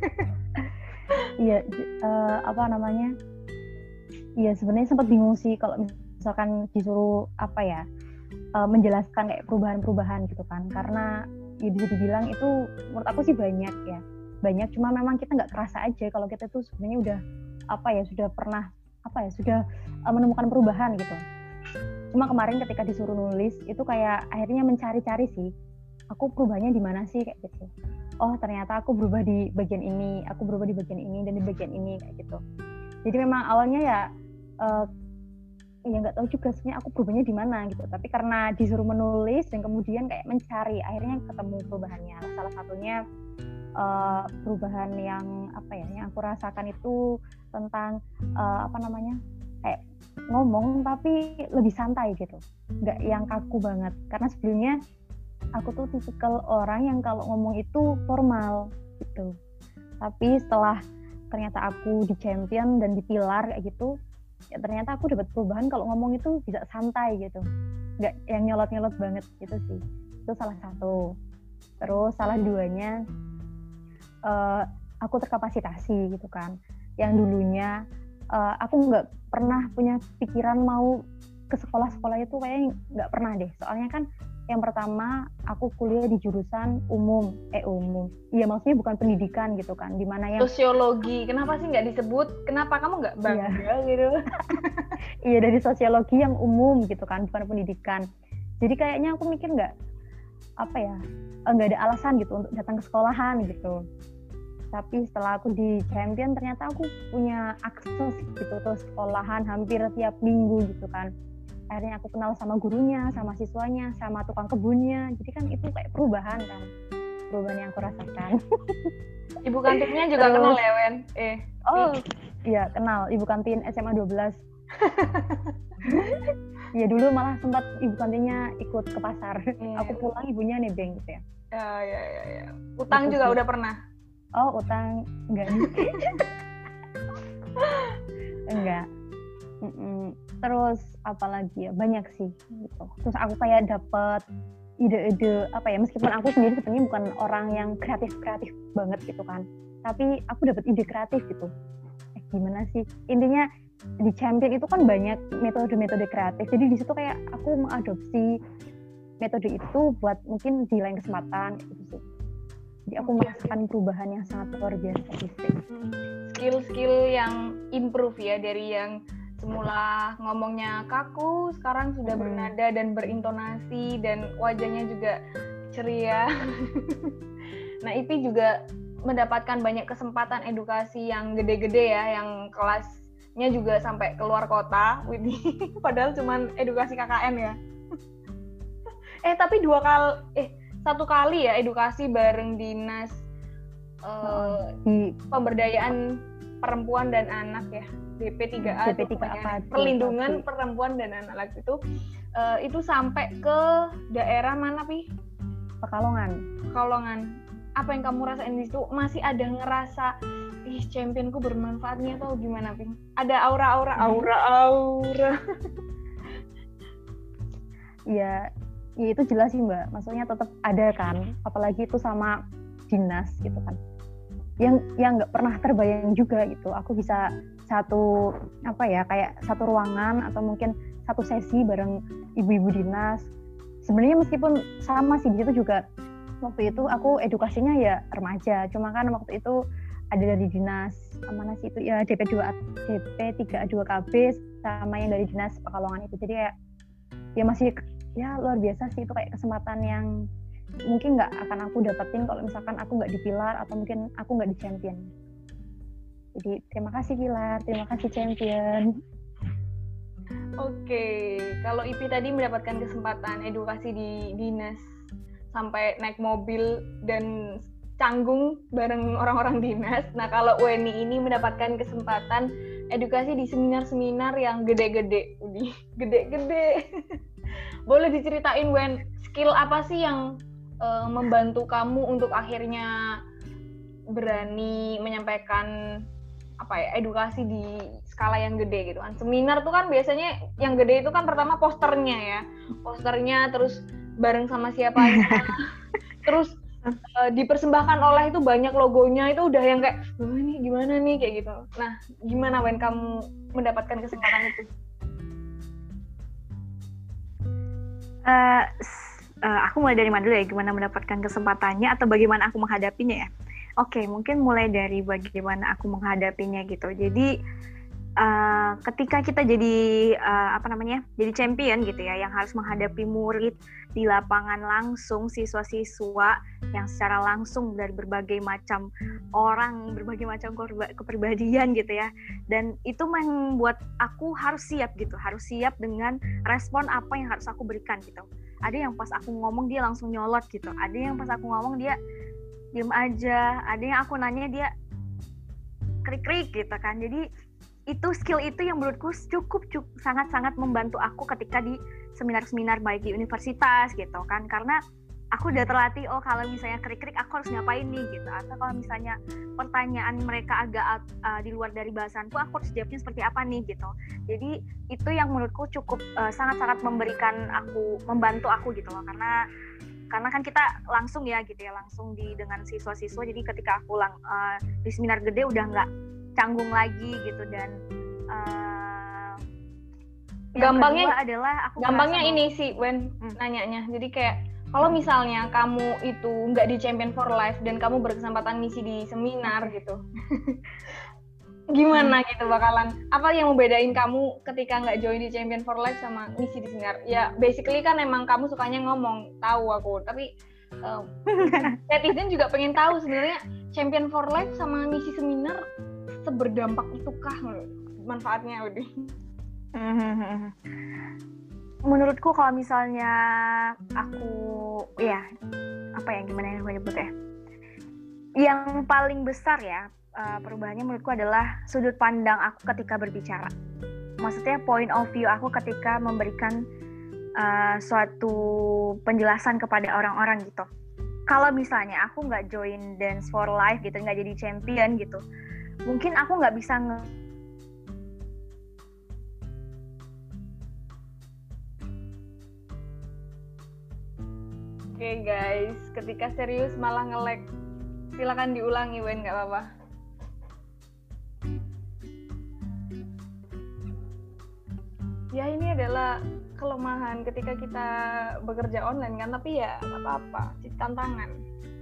Iya, uh, apa namanya? Iya, sebenarnya sempat bingung sih kalau misalkan disuruh apa ya, uh, menjelaskan kayak perubahan-perubahan gitu kan, karena ya bisa dibilang itu menurut aku sih banyak ya, banyak. Cuma memang kita nggak kerasa aja kalau kita tuh sebenarnya udah apa ya, sudah pernah apa ya, sudah uh, menemukan perubahan gitu. Cuma kemarin ketika disuruh nulis itu kayak akhirnya mencari-cari sih. Aku perubahannya di mana sih kayak gitu. Oh ternyata aku berubah di bagian ini, aku berubah di bagian ini dan di bagian ini kayak gitu. Jadi memang awalnya ya uh, ya nggak tahu juga sebenarnya aku berubahnya di mana gitu. Tapi karena disuruh menulis dan kemudian kayak mencari, akhirnya ketemu perubahannya. Salah satunya uh, perubahan yang apa ya, yang aku rasakan itu tentang uh, apa namanya, kayak ngomong tapi lebih santai gitu, nggak yang kaku banget. Karena sebelumnya aku tuh tipikal orang yang kalau ngomong itu formal gitu. Tapi setelah ternyata aku di champion dan di pilar kayak gitu, ya ternyata aku dapat perubahan kalau ngomong itu bisa santai gitu, nggak yang nyolot-nyolot banget gitu sih. Itu salah satu. Terus salah duanya, uh, aku terkapasitasi gitu kan. Yang dulunya uh, aku nggak pernah punya pikiran mau ke sekolah-sekolah itu, kayaknya nggak pernah deh. Soalnya kan yang pertama aku kuliah di jurusan umum, eh umum. Iya maksudnya bukan pendidikan gitu kan, dimana yang sosiologi. Kenapa sih nggak disebut? Kenapa kamu nggak bangga iya. gitu? Iya dari sosiologi yang umum gitu kan, bukan pendidikan. Jadi kayaknya aku mikir nggak apa ya, nggak ada alasan gitu untuk datang ke sekolahan gitu. Tapi setelah aku di champion ternyata aku punya akses gitu ke sekolahan hampir tiap minggu gitu kan. Akhirnya aku kenal sama gurunya, sama siswanya, sama tukang kebunnya. Jadi kan itu kayak perubahan kan, perubahan yang aku rasakan. Ibu kantinnya juga Terus, kenal ya, Wen? Eh, oh iya kenal, ibu kantin S M A dua belas. Iya dulu malah sempat ibu kantinnya ikut ke pasar. Hmm. Aku pulang ibunya nebeng gitu ya. Ya, ya, ya, ya. Utang gitu juga sih. udah pernah? Oh utang enggak nih. Enggak. Mm-mm. Terus apalagi ya, banyak sih gitu. Terus aku kayak dapet ide-ide apa ya, meskipun aku sendiri sebenarnya bukan orang yang kreatif-kreatif banget gitu kan, tapi aku dapet ide kreatif gitu. Eh gimana sih, intinya di champion itu kan banyak metode-metode kreatif, jadi di situ kayak aku mengadopsi metode itu buat mungkin di lain kesempatan gitu sih. Jadi aku merasakan perubahan yang sangat luar biasa sih. Skill-skill yang improve ya, dari yang semula ngomongnya kaku, sekarang sudah hmm. bernada dan berintonasi, dan wajahnya juga ceria. Nah, I P juga mendapatkan banyak kesempatan edukasi yang gede-gede ya, yang kelasnya juga sampai keluar kota, Widih. Padahal cuman edukasi K K N ya. eh, tapi dua kali, eh satu kali ya edukasi bareng dinas uh, di pemberdayaan perempuan dan anak ya, D P tiga A, D P tiga A perlindungan perempuan dan anak itu uh, itu sampai ke daerah mana Pi? Pekalongan. Pekalongan. Apa yang kamu rasain di situ? Masih ada ngerasa ih championku bermanfaatnya atau gimana Pi? Ada aura-aura aura-aura. Ya, ya itu jelas sih Mbak. Maksudnya tetap ada kan, apalagi itu sama dinas gitu kan. Yang yang nggak pernah terbayang juga gitu. Aku bisa satu apa ya kayak satu ruangan atau mungkin satu sesi bareng ibu-ibu dinas. Sebenarnya meskipun sama sih di situ juga waktu itu aku edukasinya ya remaja. Cuma kan waktu itu ada dari dinas mana sih itu ya D P dua D P tiga A dua K B sama yang dari dinas Pekalongan itu. Jadi kayak ya masih ya luar biasa sih, itu kayak kesempatan yang mungkin nggak akan aku dapetin kalau misalkan aku nggak di Pilar atau mungkin aku nggak di Champion. Jadi terima kasih Pilar, terima kasih Champion. Oke, kalau I P tadi mendapatkan kesempatan edukasi di dinas sampai naik mobil dan canggung bareng orang-orang dinas. Nah kalau Weni ini mendapatkan kesempatan edukasi di seminar-seminar yang gede-gede, Udi, gede-gede. Boleh diceritain Wen, skill apa sih yang uh, membantu kamu untuk akhirnya berani menyampaikan apa ya edukasi di skala yang gede gitu kan? Seminar tuh kan biasanya yang gede itu kan pertama posternya ya, posternya terus bareng sama siapanya, terus uh, dipersembahkan oleh itu banyak logonya, itu udah yang kayak oh, ini gimana nih kayak gitu. Nah gimana Wen kamu mendapatkan kesempatan itu? Uh, uh, aku mulai dari mana dulu ya, gimana mendapatkan kesempatannya atau bagaimana aku menghadapinya ya? Oke, okay, mungkin mulai dari bagaimana aku menghadapinya gitu. Jadi uh, ketika kita jadi uh, apa namanya, jadi champion gitu ya, yang harus menghadapi murid di lapangan langsung, siswa-siswa yang secara langsung dari berbagai macam orang, berbagai macam kepribadian gitu ya. Dan itu membuat aku harus siap gitu, harus siap dengan respon apa yang harus aku berikan gitu. Ada yang pas aku ngomong dia langsung nyolot gitu, ada yang pas aku ngomong dia diem aja, ada yang aku nanya dia krik-krik gitu kan. Jadi itu skill itu yang menurutku cukup, cukup sangat-sangat membantu aku ketika di seminar-seminar baik di universitas gitu kan, karena aku udah terlatih, oh kalau misalnya krik-krik aku harus ngapain nih gitu, atau kalau misalnya pertanyaan mereka agak uh, di luar dari bahasanku, aku harus jawabnya seperti apa nih gitu. Jadi itu yang menurutku cukup uh, sangat-sangat memberikan aku, membantu aku gitu loh, karena karena kan kita langsung ya gitu ya, langsung di dengan siswa-siswa, jadi ketika aku lang, uh, di seminar gede udah nggak canggung lagi gitu. Dan uh, gampangnya adalah aku gampangnya ini sih Wen hmm. nanyanya, jadi kayak kalau misalnya kamu itu nggak di Champion for Life dan kamu berkesempatan ngisi di seminar gitu, gimana gitu bakalan, apa yang membedain kamu ketika nggak join di Champion for Life sama ngisi di seminar? Ya basically kan emang kamu sukanya ngomong, tahu aku, tapi um, netizen juga pengen tahu sebenarnya Champion for Life sama ngisi seminar seberdampak itukah manfaatnya udah? Menurutku kalau misalnya aku ya apa ya gimana yang gue nyebut ya, yang paling besar ya uh, perubahannya menurutku adalah sudut pandang aku ketika berbicara. Maksudnya point of view aku ketika memberikan uh, suatu penjelasan kepada orang-orang gitu. Kalau misalnya aku nggak join Dance for Life gitu, nggak jadi champion gitu, mungkin aku nggak bisa nge- Oke okay, guys, ketika serius malah nge-lag. Silakan diulangi Wen, nggak apa-apa. Ya ini adalah kelemahan ketika kita bekerja online kan, tapi ya nggak apa-apa, jadi tantangan.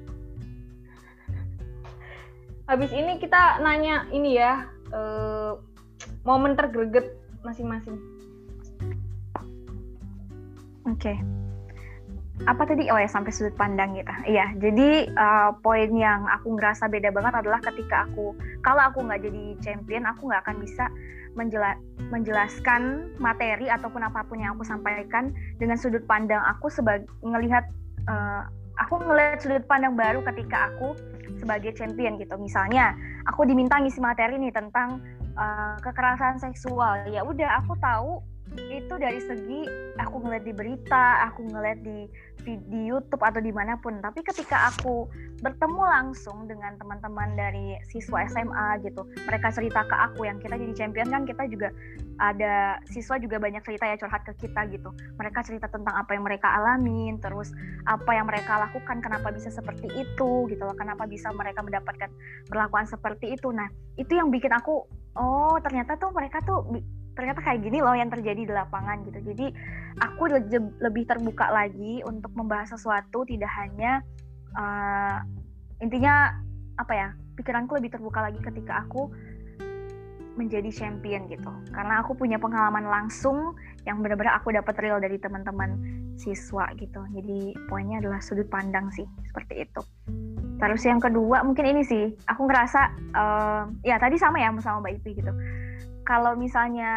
Habis ini kita nanya ini ya, eh, momen tergreget masing-masing. Oke. Okay. Apa tadi? Oh ya, sampai sudut pandang gitu. Iya, jadi uh, poin yang aku ngerasa beda banget adalah ketika aku, kalau aku nggak jadi champion, aku nggak akan bisa menjela- menjelaskan materi ataupun apapun yang aku sampaikan dengan sudut pandang aku sebagai ngelihat, uh, aku ngelihat sudut pandang baru ketika aku sebagai champion gitu. Misalnya, aku diminta ngisi materi nih tentang uh, kekerasan seksual. Ya udah, aku tahu itu dari segi aku ngeliat di berita, aku ngeliat di di YouTube atau dimanapun. Tapi ketika aku bertemu langsung dengan teman-teman dari siswa S M A gitu, mereka cerita ke aku, yang kita jadi champion kan kita juga ada siswa juga banyak cerita ya, curhat ke kita gitu. Mereka cerita tentang apa yang mereka alamin, terus apa yang mereka lakukan, kenapa bisa seperti itu gitu loh, kenapa bisa mereka mendapatkan perlakuan seperti itu. Nah itu yang bikin aku, oh ternyata tuh mereka tuh ternyata kayak gini loh yang terjadi di lapangan gitu. Jadi aku le- lebih terbuka lagi untuk membahas sesuatu, tidak hanya uh, intinya apa ya, pikiranku lebih terbuka lagi ketika aku menjadi champion gitu, karena aku punya pengalaman langsung yang benar-benar aku dapat real dari teman-teman siswa gitu. Jadi poinnya adalah sudut pandang sih, seperti itu. Terus yang kedua mungkin ini sih, aku ngerasa uh, ya tadi sama ya sama Mbak Ipi gitu. Kalau misalnya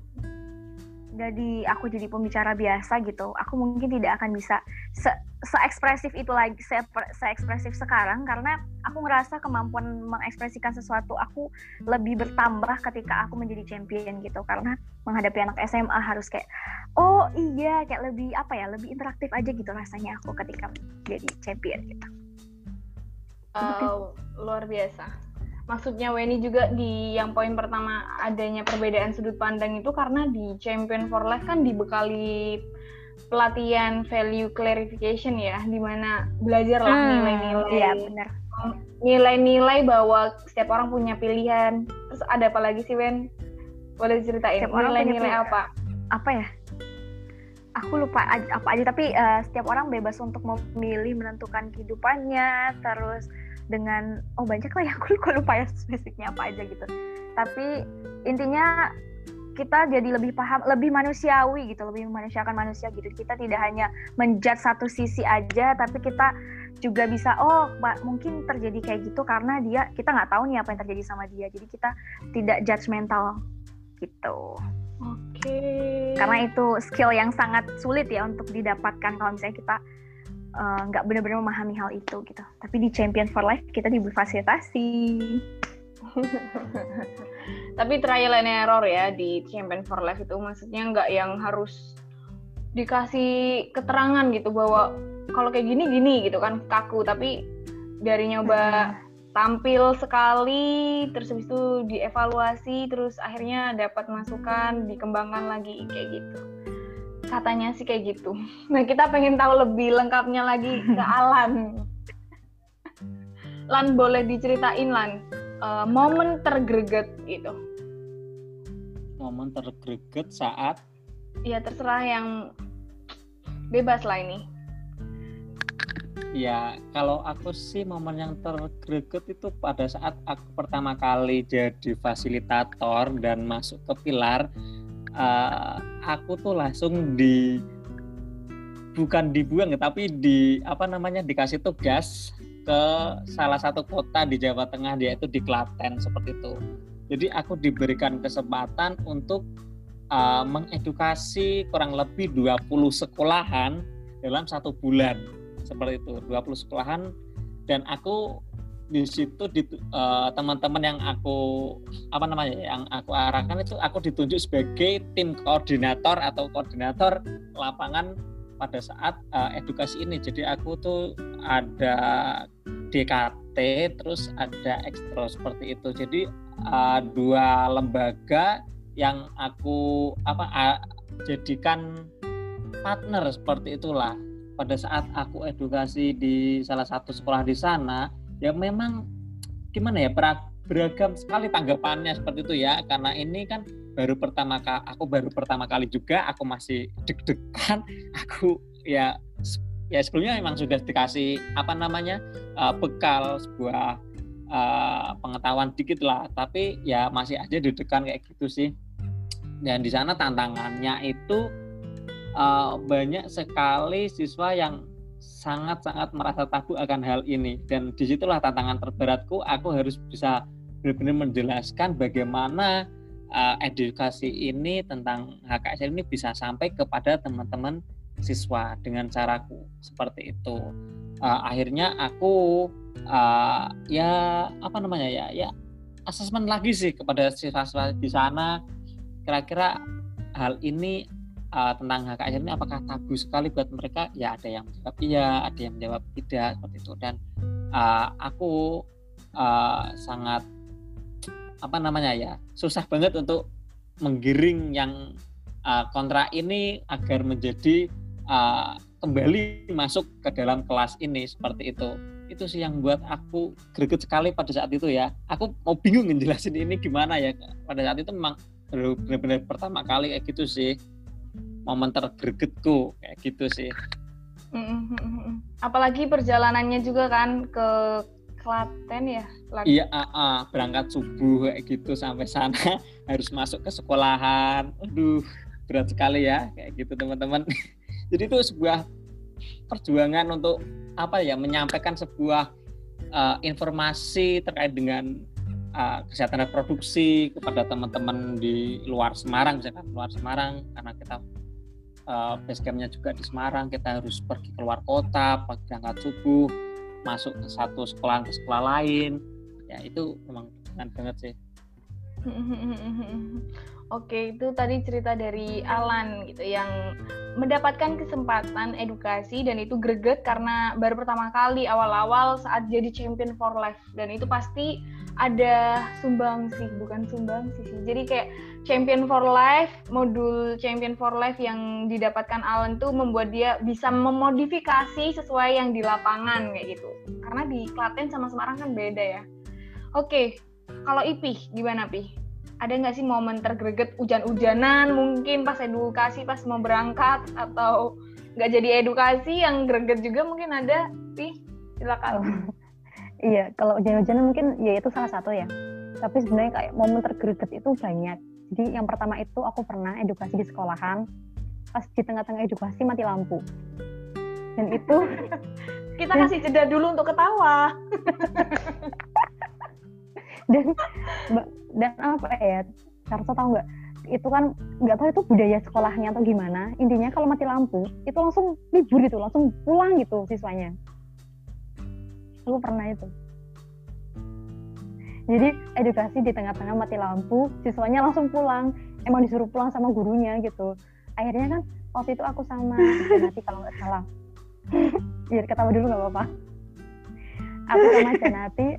jadi aku jadi pembicara biasa gitu, aku mungkin tidak akan bisa se- se-ekspresif itu lagi, se- se-ekspresif sekarang, karena aku ngerasa kemampuan mengekspresikan sesuatu aku lebih bertambah ketika aku menjadi champion gitu, karena menghadapi anak S M A harus kayak, oh iya, kayak lebih apa ya, lebih interaktif aja gitu rasanya aku ketika jadi champion gitu. Uh, luar biasa. Maksudnya Weni juga di yang poin pertama adanya perbedaan sudut pandang itu karena di Champion for Life kan dibekali pelatihan value clarification ya, di mana belajarlah hmm, nilai-nilai, iya, benar. nilai-nilai bahwa setiap orang punya pilihan. Terus ada apa lagi sih Wen? Boleh ceritain nilai-nilai apa? Apa ya? Aku lupa apa aja, tapi uh, setiap orang bebas untuk memilih menentukan kehidupannya, terus dengan oh banyak lah ya, aku lupa ya spesifiknya apa aja gitu. Tapi intinya kita jadi lebih paham, lebih manusiawi gitu, lebih memanusiakan manusia gitu. Kita tidak hanya menjudge satu sisi aja, tapi kita juga bisa, oh mungkin terjadi kayak gitu karena dia, kita nggak tahu nih apa yang terjadi sama dia. Jadi kita tidak judgmental gitu. Oke. Okay. Karena itu skill yang sangat sulit ya untuk didapatkan kalau misalnya kita nggak uh, benar-benar memahami hal itu gitu. Tapi di Champion for Life kita difasilitasi. Tapi trial and error ya di Champion for Life itu, maksudnya nggak yang harus dikasih keterangan gitu bahwa kalau kayak gini gini gitu kan, kaku. Tapi dari nyoba tampil sekali, terus habis itu dievaluasi, terus akhirnya dapat masukan, dikembangkan lagi kayak gitu. Katanya sih kayak gitu. Nah, kita pengen tahu lebih lengkapnya lagi ke Alan. Lan, boleh diceritain Lan, uh, momen tergreget gitu. Momen tergreget saat? Ya terserah, yang bebas lah ini. Ya, kalau aku sih momen yang tergreget itu pada saat aku pertama kali jadi fasilitator dan masuk ke Pilar, uh, aku tuh langsung di bukan dibuang tapi di apa namanya dikasih tugas ke salah satu kota di Jawa Tengah, yaitu di Klaten seperti itu. Jadi aku diberikan kesempatan untuk uh, mengedukasi kurang lebih dua puluh sekolahan dalam satu bulan. Seperti itu, dua puluh sekolahan, dan aku di situ di, uh, teman-teman yang aku apa namanya yang aku arahkan itu aku ditunjuk sebagai tim koordinator atau koordinator lapangan pada saat uh, edukasi ini. Jadi aku tuh ada D K T, terus ada ekstro seperti itu. Jadi uh, dua lembaga yang aku apa uh, jadikan partner seperti itulah. Pada saat aku edukasi di salah satu sekolah di sana, ya memang gimana ya, beragam sekali tanggapannya seperti itu ya, karena ini kan baru pertama kali, aku baru pertama kali juga, aku masih deg-degan, aku ya ya sebelumnya memang sudah dikasih apa namanya uh, bekal sebuah uh, pengetahuan dikit lah, tapi ya masih aja deg-degan kayak gitu sih. Dan di sana tantangannya itu Uh, banyak sekali siswa yang sangat-sangat merasa tabu akan hal ini, dan disitulah tantangan terberatku. Aku harus bisa benar-benar menjelaskan bagaimana uh, edukasi ini tentang H K S R ini bisa sampai kepada teman-teman siswa dengan caraku seperti itu. Uh, akhirnya aku uh, ya apa namanya ya ya asesmen lagi sih kepada siswa-siswa di sana, kira-kira hal ini Uh, tentang H K S R ini apakah tabu sekali buat mereka? Ya ada yang menjawab iya, ada yang menjawab tidak seperti itu. Dan uh, aku uh, sangat apa namanya ya susah banget untuk menggiring yang uh, kontra ini agar menjadi uh, kembali masuk ke dalam kelas ini seperti itu. Itu sih yang buat aku greget sekali pada saat itu ya. Aku mau bingung ngejelasin ini gimana ya. Pada saat itu memang benar-benar pertama kali kayak gitu sih. Momen tergregetku kayak gitu sih. Mm-hmm. Apalagi perjalanannya juga kan ke Klaten ya. Klaten. Iya, uh, uh, berangkat subuh kayak gitu sampai sana harus masuk ke sekolahan. Aduh, berat sekali ya kayak gitu teman-teman. Jadi itu sebuah perjuangan untuk apa ya menyampaikan sebuah uh, informasi terkait dengan uh, kesehatan reproduksi kepada teman-teman di luar Semarang, misalkan luar Semarang, karena kita Uh, base camp-nya juga di Semarang, kita harus pergi keluar kota, berangkat subuh, masuk ke satu sekolah ke sekolah lain, ya itu memang keren banget sih. Oke, itu tadi cerita dari Alan gitu yang mendapatkan kesempatan edukasi dan itu greget karena baru pertama kali awal-awal saat jadi Champion for Life, dan itu pasti ada sumbangsi, bukan sumbangsi sih. Jadi kayak Champion for Life, modul Champion for Life yang didapatkan Alan tuh membuat dia bisa memodifikasi sesuai yang di lapangan kayak gitu. Karena di Klaten sama Semarang kan beda ya. Oke, kalau Ipih gimana Pih? Ada nggak sih momen tergreget hujan-hujanan mungkin pas edukasi pas mau berangkat, atau nggak jadi edukasi yang greget juga mungkin ada? Pih, silakan. Iya, kalau hujan-hujanan mungkin ya itu salah satu ya. Tapi sebenarnya kayak momen tergreget itu banyak. Jadi yang pertama itu aku pernah edukasi di sekolahan, pas di tengah-tengah edukasi mati lampu. Dan itu kita kasih jeda dulu untuk ketawa. dan dan apa ya? Karso tahu nggak? Itu kan nggak tahu itu budaya sekolahnya atau gimana. Intinya kalau mati lampu itu langsung libur gitu, langsung pulang gitu siswanya. Aku pernah itu. Jadi edukasi di tengah-tengah mati lampu, siswanya langsung pulang. Emang disuruh pulang sama gurunya gitu. Akhirnya kan waktu itu aku sama Janati kalau nggak salah. Biar ketawa dulu nggak apa-apa. Aku sama Janati.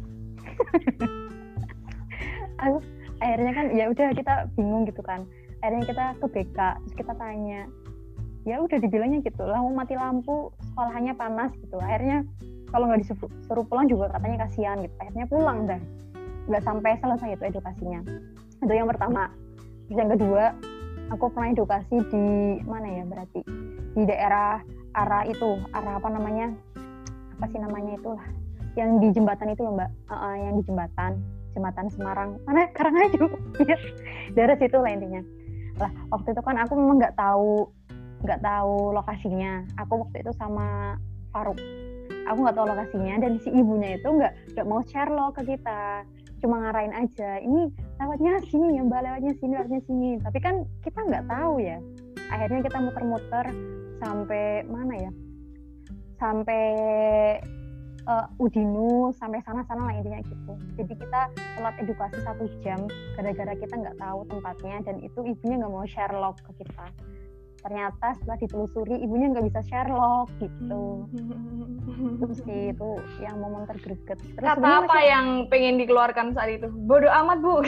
aku akhirnya kan ya udah kita bingung gitu kan. Akhirnya kita ke B K, terus kita tanya. Ya udah dibilangnya gitu, lah mau mati lampu, sekolahannya panas gitu. Akhirnya kalau nggak disuruh pulang juga katanya kasihan gitu. Akhirnya pulang dah. Nggak sampai selesai itu edukasinya. Itu yang pertama. Terus yang kedua, aku pernah edukasi di mana ya berarti? Di daerah arah itu, arah apa namanya? Apa sih namanya itulah? Yang di jembatan itu loh Mbak. Uh, uh, yang di jembatan, jembatan Semarang. Mana Karangaju. Daerah situ lah intinya. Lah waktu itu kan aku memang nggak tahu nggak tahu lokasinya. Aku waktu itu sama Faruk. Aku nggak tahu lokasinya dan si ibunya itu nggak nggak mau share lo ke kita. Cuma ngarahin aja, ini lewatnya sini ya mbak, lewatnya sini, lewatnya sini. Tapi kan kita nggak tahu ya. Akhirnya kita muter-muter sampai mana ya? Sampai uh, Udinu, sampai sana-sana lah intinya gitu. Jadi kita telat edukasi satu jam, gara-gara kita nggak tahu tempatnya dan itu ibunya nggak mau share log ke kita. Ternyata setelah ditelusuri ibunya nggak bisa share log gitu. Itu sih itu yang momen tergreget. Terus kata apa masih... yang pengen dikeluarkan saat itu? Bodoh amat bu.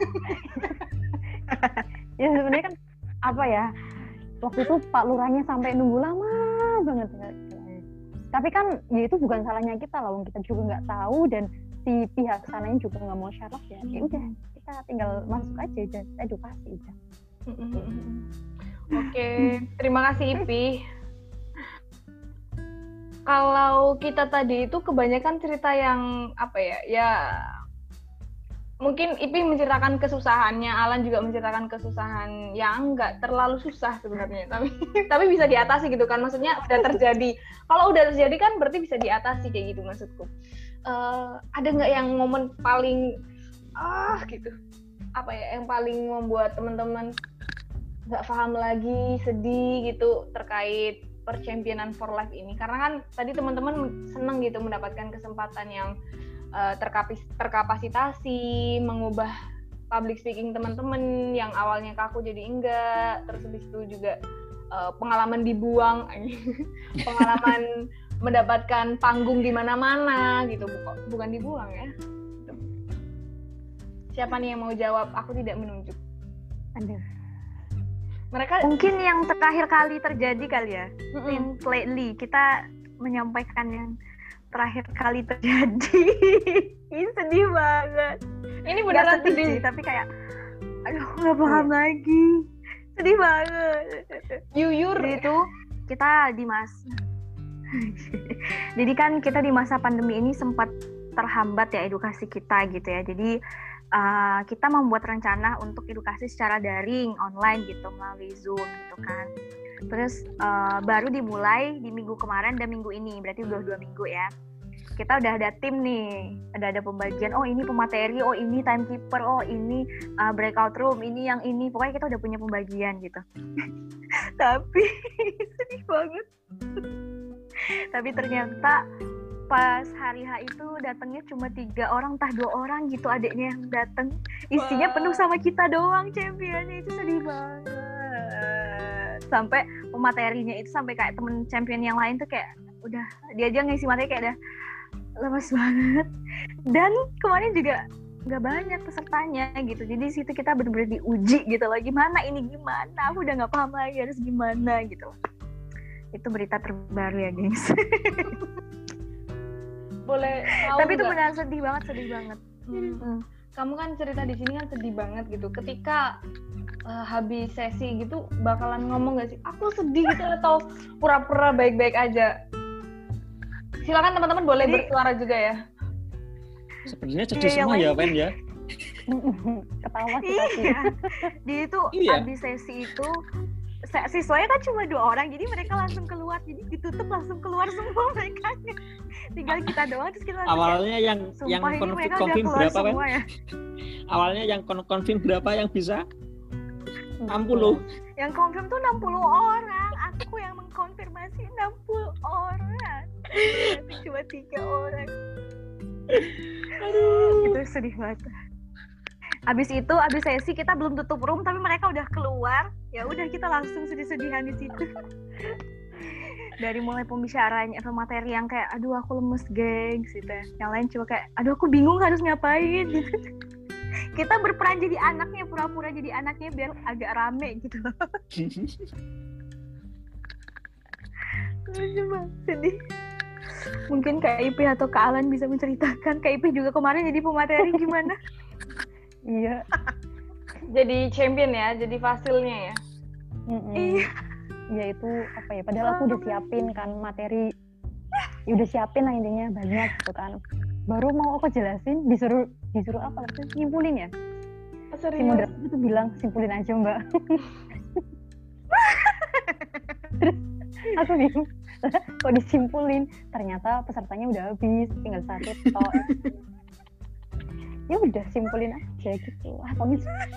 Ya sebenarnya kan apa ya, waktu itu Pak Lurahnya sampai nunggu lama banget. Tapi kan ya itu bukan salahnya kita lah, kita juga nggak tahu dan si pihak sananya juga nggak mau share log ya. Ya udah kita tinggal masuk aja, aja edukasi aja. Oke, terima kasih Ipi. Kalau kita tadi itu kebanyakan cerita yang apa ya, ya mungkin Ipi menceritakan kesusahannya, Alan juga menceritakan kesusahan yang nggak terlalu susah sebenarnya, tapi tapi bisa diatasi gitu kan, maksudnya udah terjadi. Kalau udah terjadi kan berarti bisa diatasi kayak gitu maksudku. Uh, ada nggak yang momen paling ah gitu, apa ya, yang paling membuat teman-teman nggak paham lagi, sedih gitu terkait perchampionan for life ini? Karena kan tadi teman-teman seneng gitu mendapatkan kesempatan yang uh, terkapis, terkapasitasi, mengubah public speaking teman-teman yang awalnya kaku jadi enggak, terus habis itu juga uh, pengalaman dibuang, pengalaman mendapatkan panggung di mana-mana gitu, bukan dibuang ya. Siapa nih yang mau jawab? Aku tidak menunjuk. Aduh. Mereka mungkin yang terakhir kali terjadi kali ya, mm-hmm. lately kita menyampaikan yang terakhir kali terjadi. Ini sedih banget. Ini beneran sedih, sedih sih, tapi kayak aduh nggak paham yeah. lagi, sedih banget. Yuyur itu kita di mas jadi kan kita di masa pandemi ini sempat terhambat ya edukasi kita gitu ya. Jadi Uh, kita membuat rencana untuk edukasi secara daring, online gitu, melalui Zoom gitu kan. Terus uh, baru dimulai di minggu kemarin dan minggu ini, berarti udah dua minggu ya. Kita udah ada tim nih, ada ada pembagian, oh ini pemateri, oh ini timekeeper, oh ini uh, breakout room, ini yang ini, pokoknya kita udah punya pembagian gitu. Tapi sedih banget. Tapi ternyata pas hari H itu datangnya cuma tiga orang, entah dua orang gitu adiknya yang datang. Isinya wow. penuh sama kita doang championnya, itu sedih banget. Sampai pematerinya itu sampai kayak temen champion yang lain tuh kayak udah dia aja ngisi materi kayak udah lemes banget. Dan kemarin juga nggak banyak pesertanya gitu. Jadi di situ kita benar-benar diuji gitu loh. Gimana ini gimana? Aku udah nggak paham lagi harus gimana gitu. Itu berita terbaru ya guys. Boleh tahu tapi itu gak? benar sedih banget, sedih banget. Hmm. Hmm. Kamu kan cerita di sini kan sedih banget gitu. Ketika uh, habis sesi gitu bakalan ngomong gak sih? Aku sedih gitu atau pura-pura baik-baik aja? Silakan teman-teman boleh jadi, bersuara juga ya. Sebenarnya sedih iya, semua ya, Pen ya. Ketawa sih iya. Dia itu iya. Habis sesi itu siswanya kan cuma dua orang, jadi mereka langsung keluar, jadi ditutup langsung keluar semua mereka. Tinggal kita doang, terus kita awalnya yang yang konfirm berapa kan? Ya. Awalnya yang konfirm berapa yang bisa? enam puluh. Yang konfirm tuh enam puluh orang. Aku yang mengkonfirmasi enam puluh orang. Tapi cuma tiga orang. Aduh, itu sedih banget. Abis itu, abis sesi kita belum tutup room, tapi mereka udah keluar. Ya udah kita langsung sedih-sedihan di situ. Dari mulai pembicaranya, materi yang kayak, aduh aku lemes gengs gitu. Yang lain cuma kayak, aduh aku bingung harus ngapain gitu. Kita berperan jadi anaknya, pura-pura jadi anaknya biar agak rame gitu. Cuma sedih. Mungkin Kak Ipi atau Kak Alan bisa menceritakan. Kak Ipi juga kemarin jadi pemateri gimana? Iya. Jadi champion ya, jadi fasilnya ya. Iya. Ya itu apa ya? Padahal aku udah siapin kan materi, ya udah siapin lah intinya banyak gitu kan. Baru mau aku jelasin, disuruh disuruh apa? Nyimpulin ya. Oh, si moderator itu bilang simpulin aja Mbak. Terus aku bingung. Kok disimpulin? Ternyata pesertanya udah habis, tinggal satu toh. Ya udah simpulin aja gitu. Ah, kamu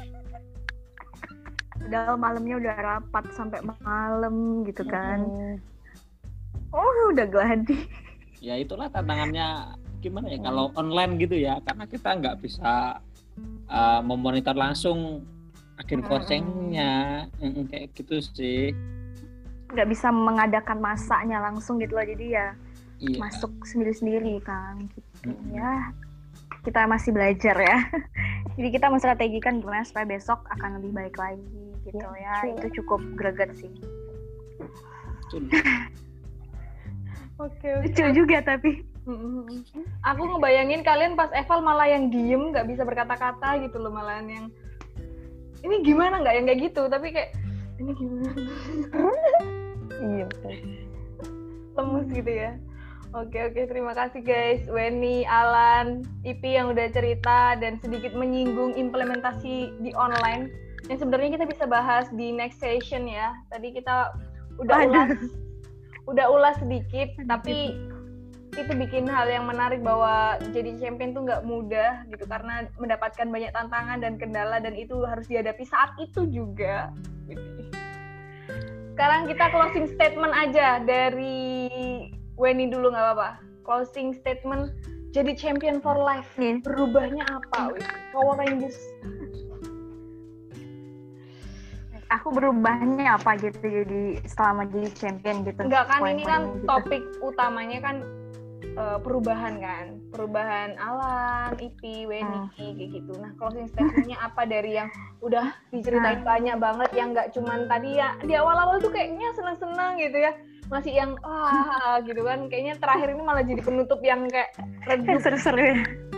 udah malamnya udah rapat sampai malam gitu kan. Hmm. Oh, udah gladi. Ya itulah tantangannya gimana ya hmm. kalau online gitu ya, karena kita nggak bisa uh, memonitor langsung agen hmm. coachingnya hmm, kayak gitu sih. Nggak bisa mengadakan masaknya langsung gitu loh, jadi ya iya. Masuk sendiri-sendiri kan gitu. Hmm. Ya kita masih belajar ya. Jadi kita menstrategikan gimana supaya besok akan lebih baik lagi gitu ya. ya. Itu cukup greget sih. Oke, lucu juga tapi. Aku ngebayangin kalian pas eval malah yang diem, nggak bisa berkata-kata gitu loh, malahan yang ini gimana, nggak yang kayak gitu, tapi kayak ini gimana? Iya. Lemes gitu ya. Oke oke terima kasih guys, Weni, Alan, Ipi yang udah cerita dan sedikit menyinggung implementasi di online yang sebenarnya kita bisa bahas di next session ya. Tadi kita udah Aduh. ulas udah ulas sedikit, tapi itu bikin hal yang menarik bahwa jadi champion tuh nggak mudah gitu karena mendapatkan banyak tantangan dan kendala dan itu harus dihadapi saat itu juga. Sekarang kita closing statement aja dari Weni dulu nggak apa-apa. Closing statement jadi champion for life. Nih. Berubahnya apa? Wih? Power Rangers. Aku berubahnya apa gitu jadi selama jadi champion gitu. Enggak kan ini kan gitu. Topik utamanya kan uh, perubahan kan. Perubahan Alan, Ipi, Weni hmm. kayak gitu. Nah, closing statement-nya apa dari yang udah diceritain hmm. banyak banget yang nggak cuman tadi ya di awal-awal tuh kayaknya seneng-seneng gitu ya. Masih yang wah gitu kan, kayaknya terakhir ini malah jadi penutup yang kayak redup seru-seru ya.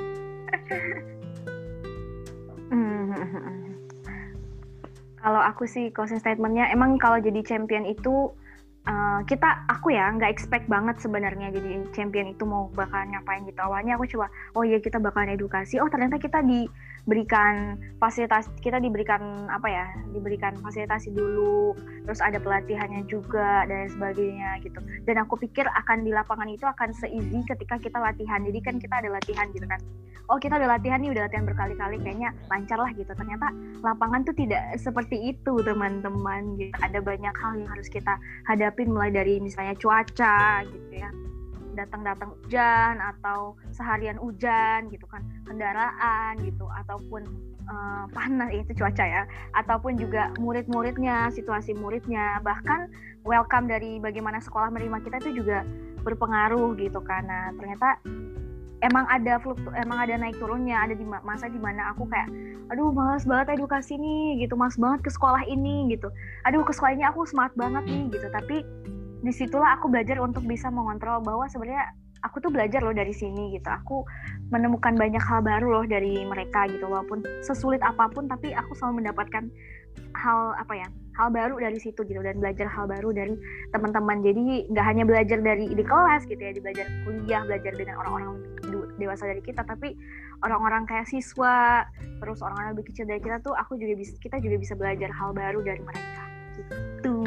Kalau aku sih closing statement-nya emang kalau jadi champion itu uh, kita aku ya nggak expect banget sebenarnya jadi champion itu mau bakalan ngapain gitu. Awalnya aku coba oh iya kita bakalan edukasi, oh ternyata kita diberikan fasilitas, kita diberikan apa ya diberikan fasilitasi dulu, terus ada pelatihannya juga dan sebagainya gitu. Dan aku pikir akan di lapangan itu akan se-easy ketika kita latihan, jadi kan kita ada latihan gitu kan, oh kita udah latihan nih, udah latihan berkali-kali kayaknya lancar lah gitu. Ternyata lapangan tuh tidak seperti itu teman-teman gitu. Ada banyak hal yang harus kita hadapin, mulai dari misalnya cuaca gitu ya, datang-datang hujan atau seharian hujan gitu kan, kendaraan gitu, ataupun uh, panas itu cuaca ya, ataupun juga murid-muridnya, situasi muridnya, bahkan welcome dari bagaimana sekolah menerima kita itu juga berpengaruh gitu. Karena ternyata emang ada fluktu, emang ada naik turunnya, ada di masa dimana aku kayak aduh malas banget edukasi nih gitu, malas banget ke sekolah ini gitu, aduh ke sekolah ini aku semangat banget nih gitu. Tapi disitulah aku belajar untuk bisa mengontrol bahwa sebenarnya aku tuh belajar loh dari sini gitu, aku menemukan banyak hal baru loh dari mereka gitu, walaupun sesulit apapun tapi aku selalu mendapatkan hal apa ya hal baru dari situ gitu, dan belajar hal baru dari teman-teman. Jadi nggak hanya belajar dari di kelas gitu ya, di belajar kuliah, belajar dengan orang-orang dewasa dari kita, tapi orang-orang kayak siswa, terus orang-orang lebih kecil dari kita tuh aku juga bisa kita juga bisa belajar hal baru dari mereka gitu.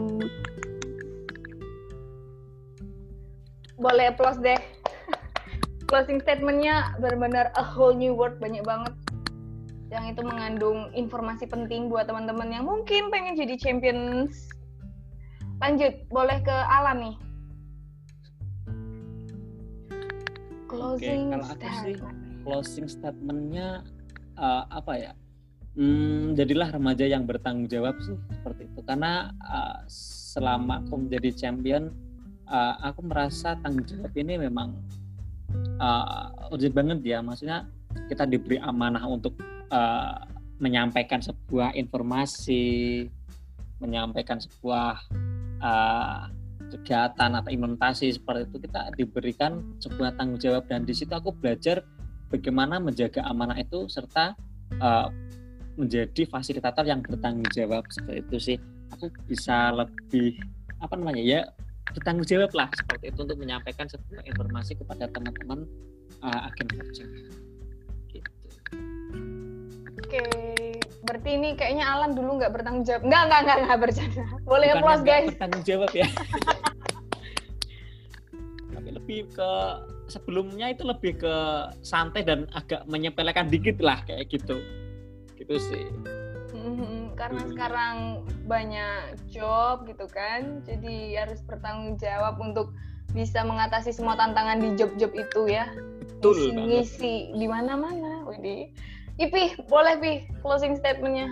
Boleh applause deh. Closing statement-nya benar-benar a whole new world, banyak banget yang itu mengandung informasi penting buat teman-teman yang mungkin pengen jadi champions. Lanjut, boleh ke Alan nih. Closing Oke, kalau aku sih closing statement-nya uh, apa ya? Hmm, jadilah remaja yang bertanggung jawab sih seperti itu. Karena uh, selama aku menjadi champion, uh, aku merasa tanggung jawab ini memang uh, urgent banget ya. Maksudnya kita diberi amanah untuk uh, menyampaikan sebuah informasi, menyampaikan sebuah uh, kegiatan atau implementasi seperti itu, kita diberikan sebuah tanggung jawab, dan di situ aku belajar bagaimana menjaga amanah itu serta uh, menjadi fasilitator yang bertanggung jawab seperti itu sih. Aku bisa lebih apa namanya ya bertanggung jawab lah seperti itu untuk menyampaikan sebuah informasi kepada teman-teman uh, agen coaching. Gitu. Oke, berarti ini kayaknya Alan dulu nggak bertanggung jawab. Nggak, nggak, nggak, nggak bercanda. Boleh applause guys. Bertanggung jawab ya. Tapi lebih ke sebelumnya itu lebih ke santai dan agak menyepelekan dikit lah kayak gitu. Gitu sih. Mm-hmm, karena hmm. sekarang banyak job gitu kan, jadi harus bertanggung jawab untuk bisa mengatasi semua tantangan di job-job itu ya. Betul. Ngisi di mana-mana. Widih. Ipi, boleh Pi, closing statement-nya.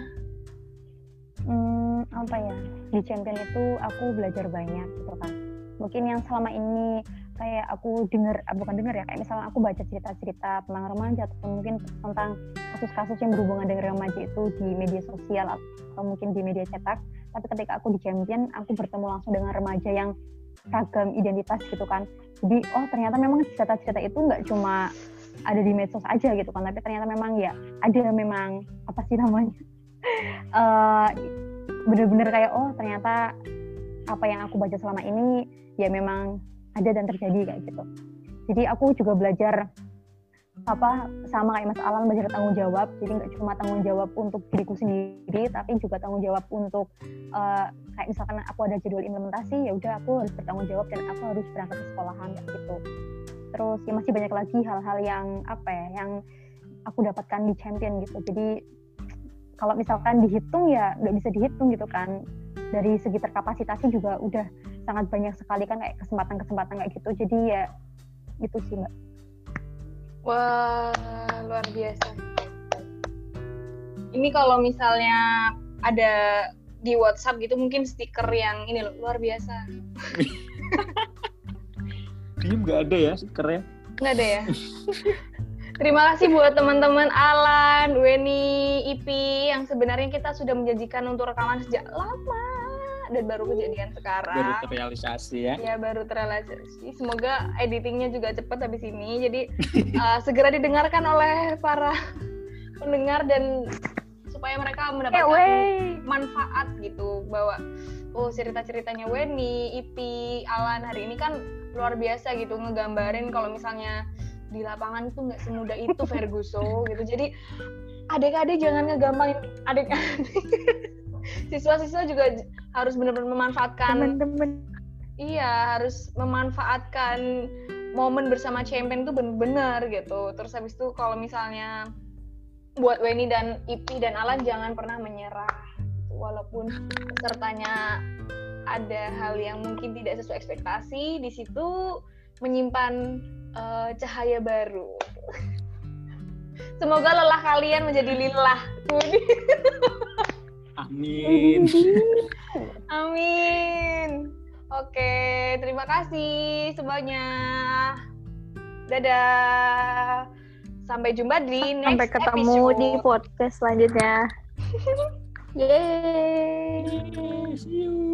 Hmm, apa ya? Di champion itu aku belajar banyak gitu kan. Mungkin yang selama ini kayak aku dengar, bukan dengar ya, kayak misalnya aku baca cerita-cerita tentang remaja atau mungkin tentang kasus-kasus yang berhubungan dengan remaja itu di media sosial atau mungkin di media cetak. Tapi ketika aku di champion, aku bertemu langsung dengan remaja yang ragam identitas gitu kan. Jadi oh ternyata memang cerita-cerita itu nggak cuma ada di medsos aja gitu kan, tapi ternyata memang ya ada memang apa sih namanya uh, bener-bener kayak oh ternyata apa yang aku baca selama ini ya memang ada dan terjadi kayak gitu. Jadi aku juga belajar apa sama kayak Mas Alan, belajar tanggung jawab. Jadi nggak cuma tanggung jawab untuk diriku sendiri, tapi juga tanggung jawab untuk uh, kayak misalkan aku ada jadwal implementasi, ya udah aku harus bertanggung jawab dan aku harus berangkat ke sekolahan kayak gitu. Terus ya masih banyak lagi hal-hal yang apa ya yang aku dapatkan di champion gitu. Jadi kalau misalkan dihitung ya nggak bisa dihitung gitu kan. Dari segi terkapasitasi juga udah sangat banyak sekali kan kayak kesempatan-kesempatan kayak gitu. Jadi ya itu sih Mbak. Wah, luar biasa. Ini kalau misalnya ada di WhatsApp gitu mungkin stiker yang ini loh, luar biasa. Diem nggak ada ya stikernya? Nggak ada ya? Terima kasih buat teman-teman Alan, Weni, Ipi yang sebenarnya kita sudah menjanjikan untuk rekaman sejak lama dan baru kejadian sekarang. Baru terrealisasi ya? Ya baru terrealisasi. Semoga editingnya juga cepat habis ini. Jadi uh, segera didengarkan oleh para pendengar dan supaya mereka mendapatkan manfaat gitu bahwa oh cerita-ceritanya Weni, Ipi, Alan hari ini kan luar biasa gitu ngegambarin kalau misalnya di lapangan itu nggak semudah itu Ferguson gitu. Jadi adik-adik jangan ngegampangin adik-adik. Siswa-siswa juga harus benar-benar memanfaatkan teman-teman. Iya, harus memanfaatkan momen bersama champion itu benar-benar gitu. Terus habis itu kalau misalnya buat Weni dan Ipi dan Alan jangan pernah menyerah. Walaupun pesertanya ada hal yang mungkin tidak sesuai ekspektasi, di situ menyimpan uh, cahaya baru. Semoga lelah kalian menjadi lillah. Amin. Amin. Oke, terima kasih semuanya. Dadah. Sampai jumpa di next Sampai ketemu episode. Di podcast selanjutnya. Yeay. See you.